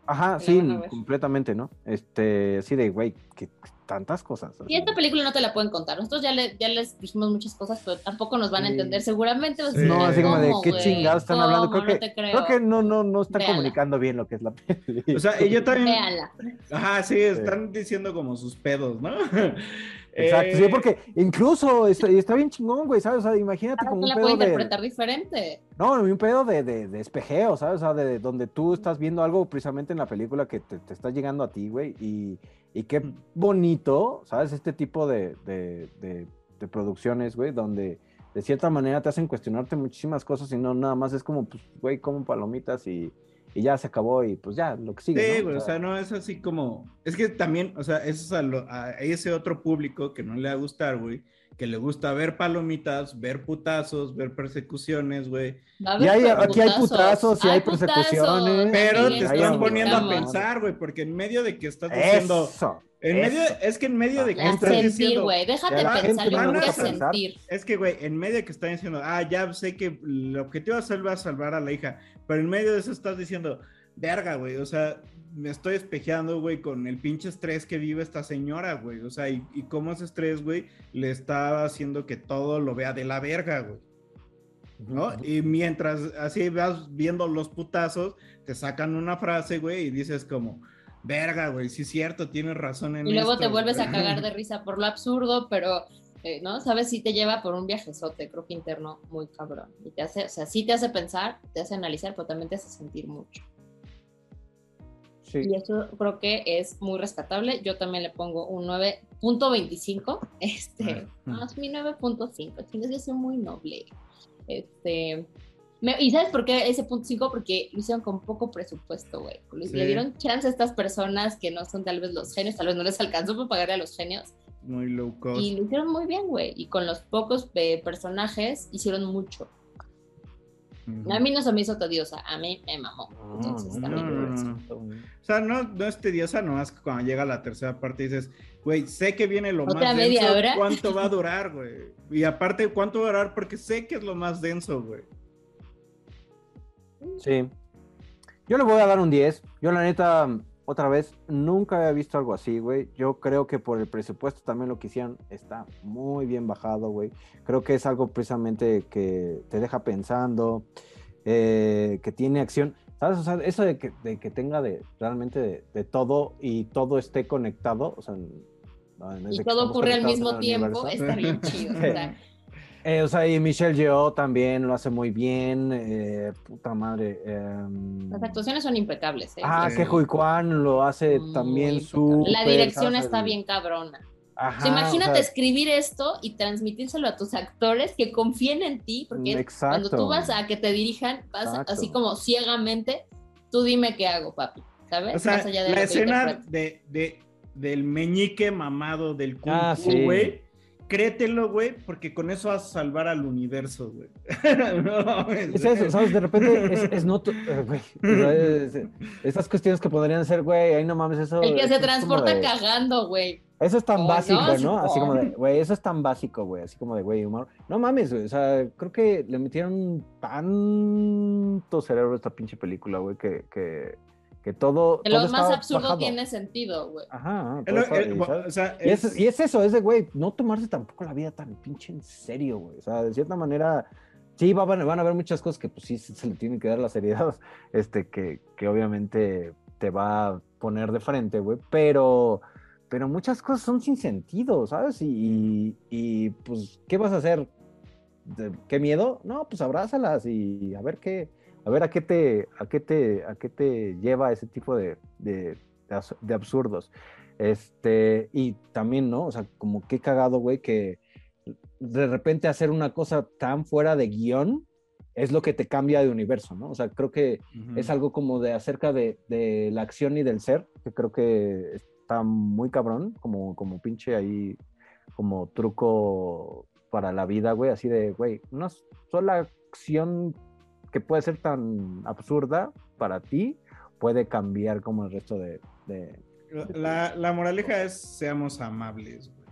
Ajá, sí, completamente, ¿no? Este, así de, güey, que tantas cosas.
Y esta película no te la pueden contar. Nosotros ya, le, ya les dijimos muchas cosas, pero tampoco nos van a entender seguramente.
Sí. No, así como de qué chingados están hablando. Creo
no
que,
te creo.
creo que no, no, no están
Véala.
comunicando bien lo que es la película.
O sea, ella también...
Véala.
Ajá, sí, están diciendo como sus pedos, ¿no?
Exacto,
eh...
sí, porque incluso está, está bien chingón, güey, ¿sabes? O sea, imagínate
Cada
como
quien
un
la
pedo
puede
de...
interpretar diferente.
No, un pedo de, de, de espejeo, ¿sabes? O sea, de, de donde tú estás viendo algo precisamente en la película que te, te está llegando a ti, güey, y, y qué bonito, ¿sabes? Este tipo de, de, de, de producciones, güey, donde de cierta manera te hacen cuestionarte muchísimas cosas y no nada más es como, pues, güey, como palomitas y, y ya se acabó y pues ya, lo que sigue,
Sí,
¿no?
güey,
O
o
sea,
sea, no es así como... Es que también, o sea, eso es a, lo, a ese otro público que no le va a gustar, güey, que le gusta ver palomitas, ver putazos, ver persecuciones, güey.
Y hay, aquí hay putazos y hay, hay persecuciones.
Pero
te
están poniendo a pensar, güey, porque en medio de que estás diciendo...
Eso.
En
Eso.
medio, es que en medio de que
A
estás
sentir,
diciendo...
güey, déjate pensar lo que es sentir.
Es que, güey, en medio de que están diciendo, ah, ya sé que el objetivo es salvar, salvar a la hija, pero en medio de eso estás diciendo, verga, güey, o sea, me estoy espejeando, güey, con el pinche estrés que vive esta señora, güey, o sea, y, y cómo ese estrés, güey, le está haciendo que todo lo vea de la verga, güey, ¿no? Uh-huh. Y mientras así vas viendo los putazos, te sacan una frase, güey, y dices como... Verga, güey, sí es cierto, tienes razón en
Y luego
esto,
te vuelves
güey.
a cagar de risa por lo absurdo, pero, eh, ¿no? ¿Sabes? Sí te lleva por un viajezote, creo que interno, muy cabrón. Y te hace, o sea, sí te hace pensar, te hace analizar, pero también te hace sentir mucho.
Sí.
Y eso creo que es muy rescatable. Yo también le pongo un nueve punto veinticinco. Este, no, es mi nueve punto cinco. Yo soy muy noble. Este... Me, ¿Y sabes por qué ese punto cinco? Porque lo hicieron con poco presupuesto, güey. Le, sí. le dieron chance a estas personas que no son tal vez los genios, tal vez no les alcanzó para pagarle a los genios.
Muy low cost.
Y lo hicieron muy bien, güey. Y con los pocos eh, personajes hicieron mucho. Uh-huh. A mí no se me hizo tediosa, a mí me mamó. Entonces
no,
también.
No, no, no. O sea, no, no es tediosa, nomás que cuando llega la tercera parte dices, güey, sé que viene lo
¿Otra
más
media
denso,
hora?
¿cuánto va a durar, güey? Y aparte, ¿cuánto va a durar? Porque sé que es lo más denso, güey.
Sí, yo le voy a dar un diez. Yo la neta, otra vez, nunca había visto algo así, güey. Yo creo que por el presupuesto también lo que hicieron está muy bien bajado, güey. Creo que es algo precisamente que te deja pensando, eh, que tiene acción, ¿sabes? O sea, eso de que, de que tenga de realmente de, de todo y todo esté conectado, o sea, en,
y todo ocurre al mismo tiempo, universo. Está bien chido, o sea.
Eh, o sea, y Michelle Yeoh también lo hace muy bien, eh, puta madre. Eh,
Las actuaciones son impecables. ¿eh?
Ah,
sí.
que Hui Kwan lo hace muy también su.
La dirección está bien cabrona.
Ajá,
o sea, imagínate
o sea,
escribir esto y transmitírselo a tus actores que confíen en ti, porque
exacto.
cuando tú vas a que te dirijan, vas exacto. así como ciegamente, tú dime qué hago, papi, ¿sabes?
O sea,
Más allá de
la escena de, de, del meñique mamado del Kung
ah,
Fu, güey. Sí. Créetelo, güey, porque con eso vas a salvar al universo, güey. No,
es eso, ¿sabes? De repente es, es no... Güey, es, estas cuestiones que podrían ser, güey, ahí no mames, eso...
El que
eso
se transporta de, cagando, güey.
Eso es tan oh, básico, ¿no? ¿no? Así
oh.
como de, güey, eso es tan básico, güey, así como de, güey, humor. No mames, güey, o sea, creo que le metieron tanto cerebro a esta pinche película, güey, que... que... que todo...
Que
todo
lo más absurdo
bajado.
Tiene sentido, güey.
Ajá.
El,
eso,
el, o sea,
y, es... Es, y es eso, es de, güey, no tomarse tampoco la vida tan pinche en serio, güey. O sea, de cierta manera, sí, va, van, van a haber muchas cosas que, pues sí, se le tienen que dar la seriedad, este, que, que obviamente te va a poner de frente, güey, pero... Pero muchas cosas son sin sentido, ¿sabes? Y, y, y pues, ¿qué vas a hacer? ¿Qué miedo? No, pues abrázalas y a ver qué... A ver a qué te, a qué te, a qué te lleva ese tipo de, de, de absurdos. Este, y también, ¿no? O sea, como qué cagado, güey, que de repente hacer una cosa tan fuera de guión es lo que te cambia de universo, ¿no? O sea, creo que uh-huh. es algo como de acerca de, de la acción y del ser, que creo que está muy cabrón, como, como pinche ahí, como truco para la vida, güey, así de, güey, una sola acción que puede ser tan absurda para ti, puede cambiar como el resto de... de, de
la, la moraleja es seamos amables, güey.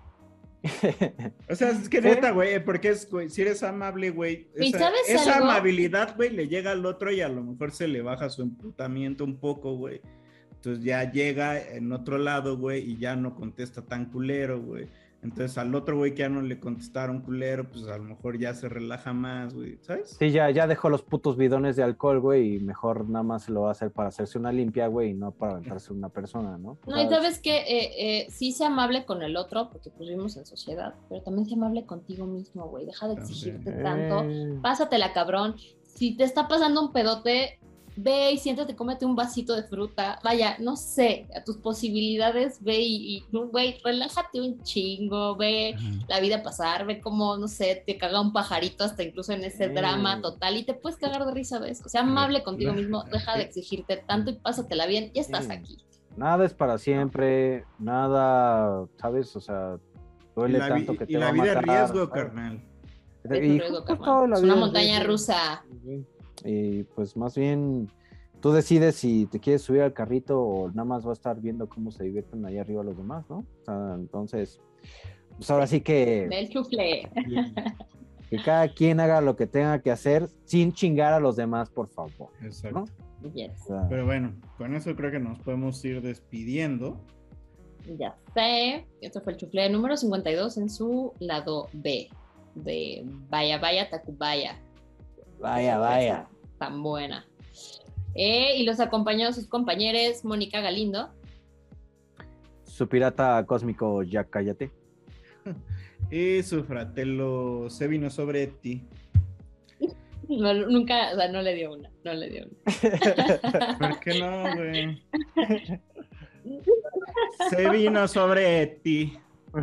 O sea, es que neta, güey, porque es, güey, si eres amable, güey, esa, esa amabilidad, güey, le llega al otro y a lo mejor se le baja su emputamiento un poco, güey. Entonces ya llega en otro lado, güey, y ya no contesta tan culero, güey. Entonces al otro güey que ya no le contestaron culero, pues a lo mejor ya se relaja más, güey, ¿sabes?
Sí, ya, ya dejó los putos bidones de alcohol, güey, y mejor nada más lo va a hacer para hacerse una limpia, güey, y no para aventarse una persona, ¿no?
No, y sabes que eh, eh, sí sea amable con el otro, porque pues vivimos en sociedad, pero también sea amable contigo mismo, güey. Deja de exigirte
Eh.
tanto. Pásatela, cabrón. Si te está pasando un pedote, ve y siéntate, cómete un vasito de fruta. Vaya, no sé, a tus posibilidades, ve y, y güey, relájate un chingo, ve uh-huh. la vida pasar, ve cómo, no sé, te caga un pajarito hasta incluso en ese mm. drama total y te puedes cagar de risa de eso. O sea, amable contigo mismo, deja de exigirte tanto y pásatela bien, ya estás
sí.
aquí.
Nada es para siempre, nada, ¿sabes? O sea, duele
la,
tanto que
y
te va a matar.
Y la vida es riesgo, carnal.
Es, riesgo, carnal. Es una montaña es rusa.
Y pues más bien tú decides si te quieres subir al carrito o nada más vas a estar viendo cómo se divierten allá arriba los demás, ¿no? O sea, entonces, pues ahora sí que...
Del chufle.
Que cada quien haga lo que tenga que hacer sin chingar a los demás, por favor.
Exacto.
¿No?
Yes.
O sea,
pero bueno, con eso creo que nos podemos ir despidiendo.
Ya sé. Esto fue el chufle número cincuenta y dos en su lado B de Vaya Vaya Tacubaya.
Vaya, vaya.
Tan buena. Eh, y los acompañó sus compañeros Mónica Galindo.
Su pirata cósmico, ya cállate.
Y su fratello se vino sobre ti.
No, nunca, o sea, no le dio una, no le dio una.
¿Por qué no, güey? Se vino sobre ti.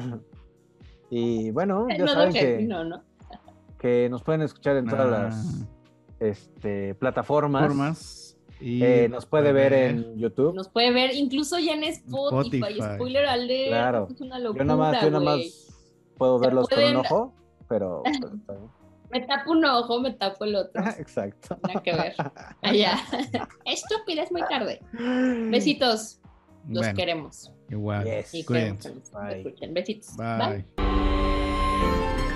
Y bueno, ya
no,
saben
que,
que...
No, no.
que nos pueden escuchar en todas
ah.
las este, plataformas.
Formas y
eh, nos puede ver en YouTube.
Nos puede ver incluso ya en Spotify. Spotify. Spoiler alert.
Claro.
Es una locura,
yo nada más, yo nada más puedo verlos pueden... con un ojo, pero... pero
me tapo un ojo, me tapo el otro.
Exacto.
Nada que ver. Allá. Estúpida, es muy tarde. Besitos. Los
bueno,
queremos.
Igual.
Yes. Y queremos que nos escuchen. Besitos.
Bye.
Bye.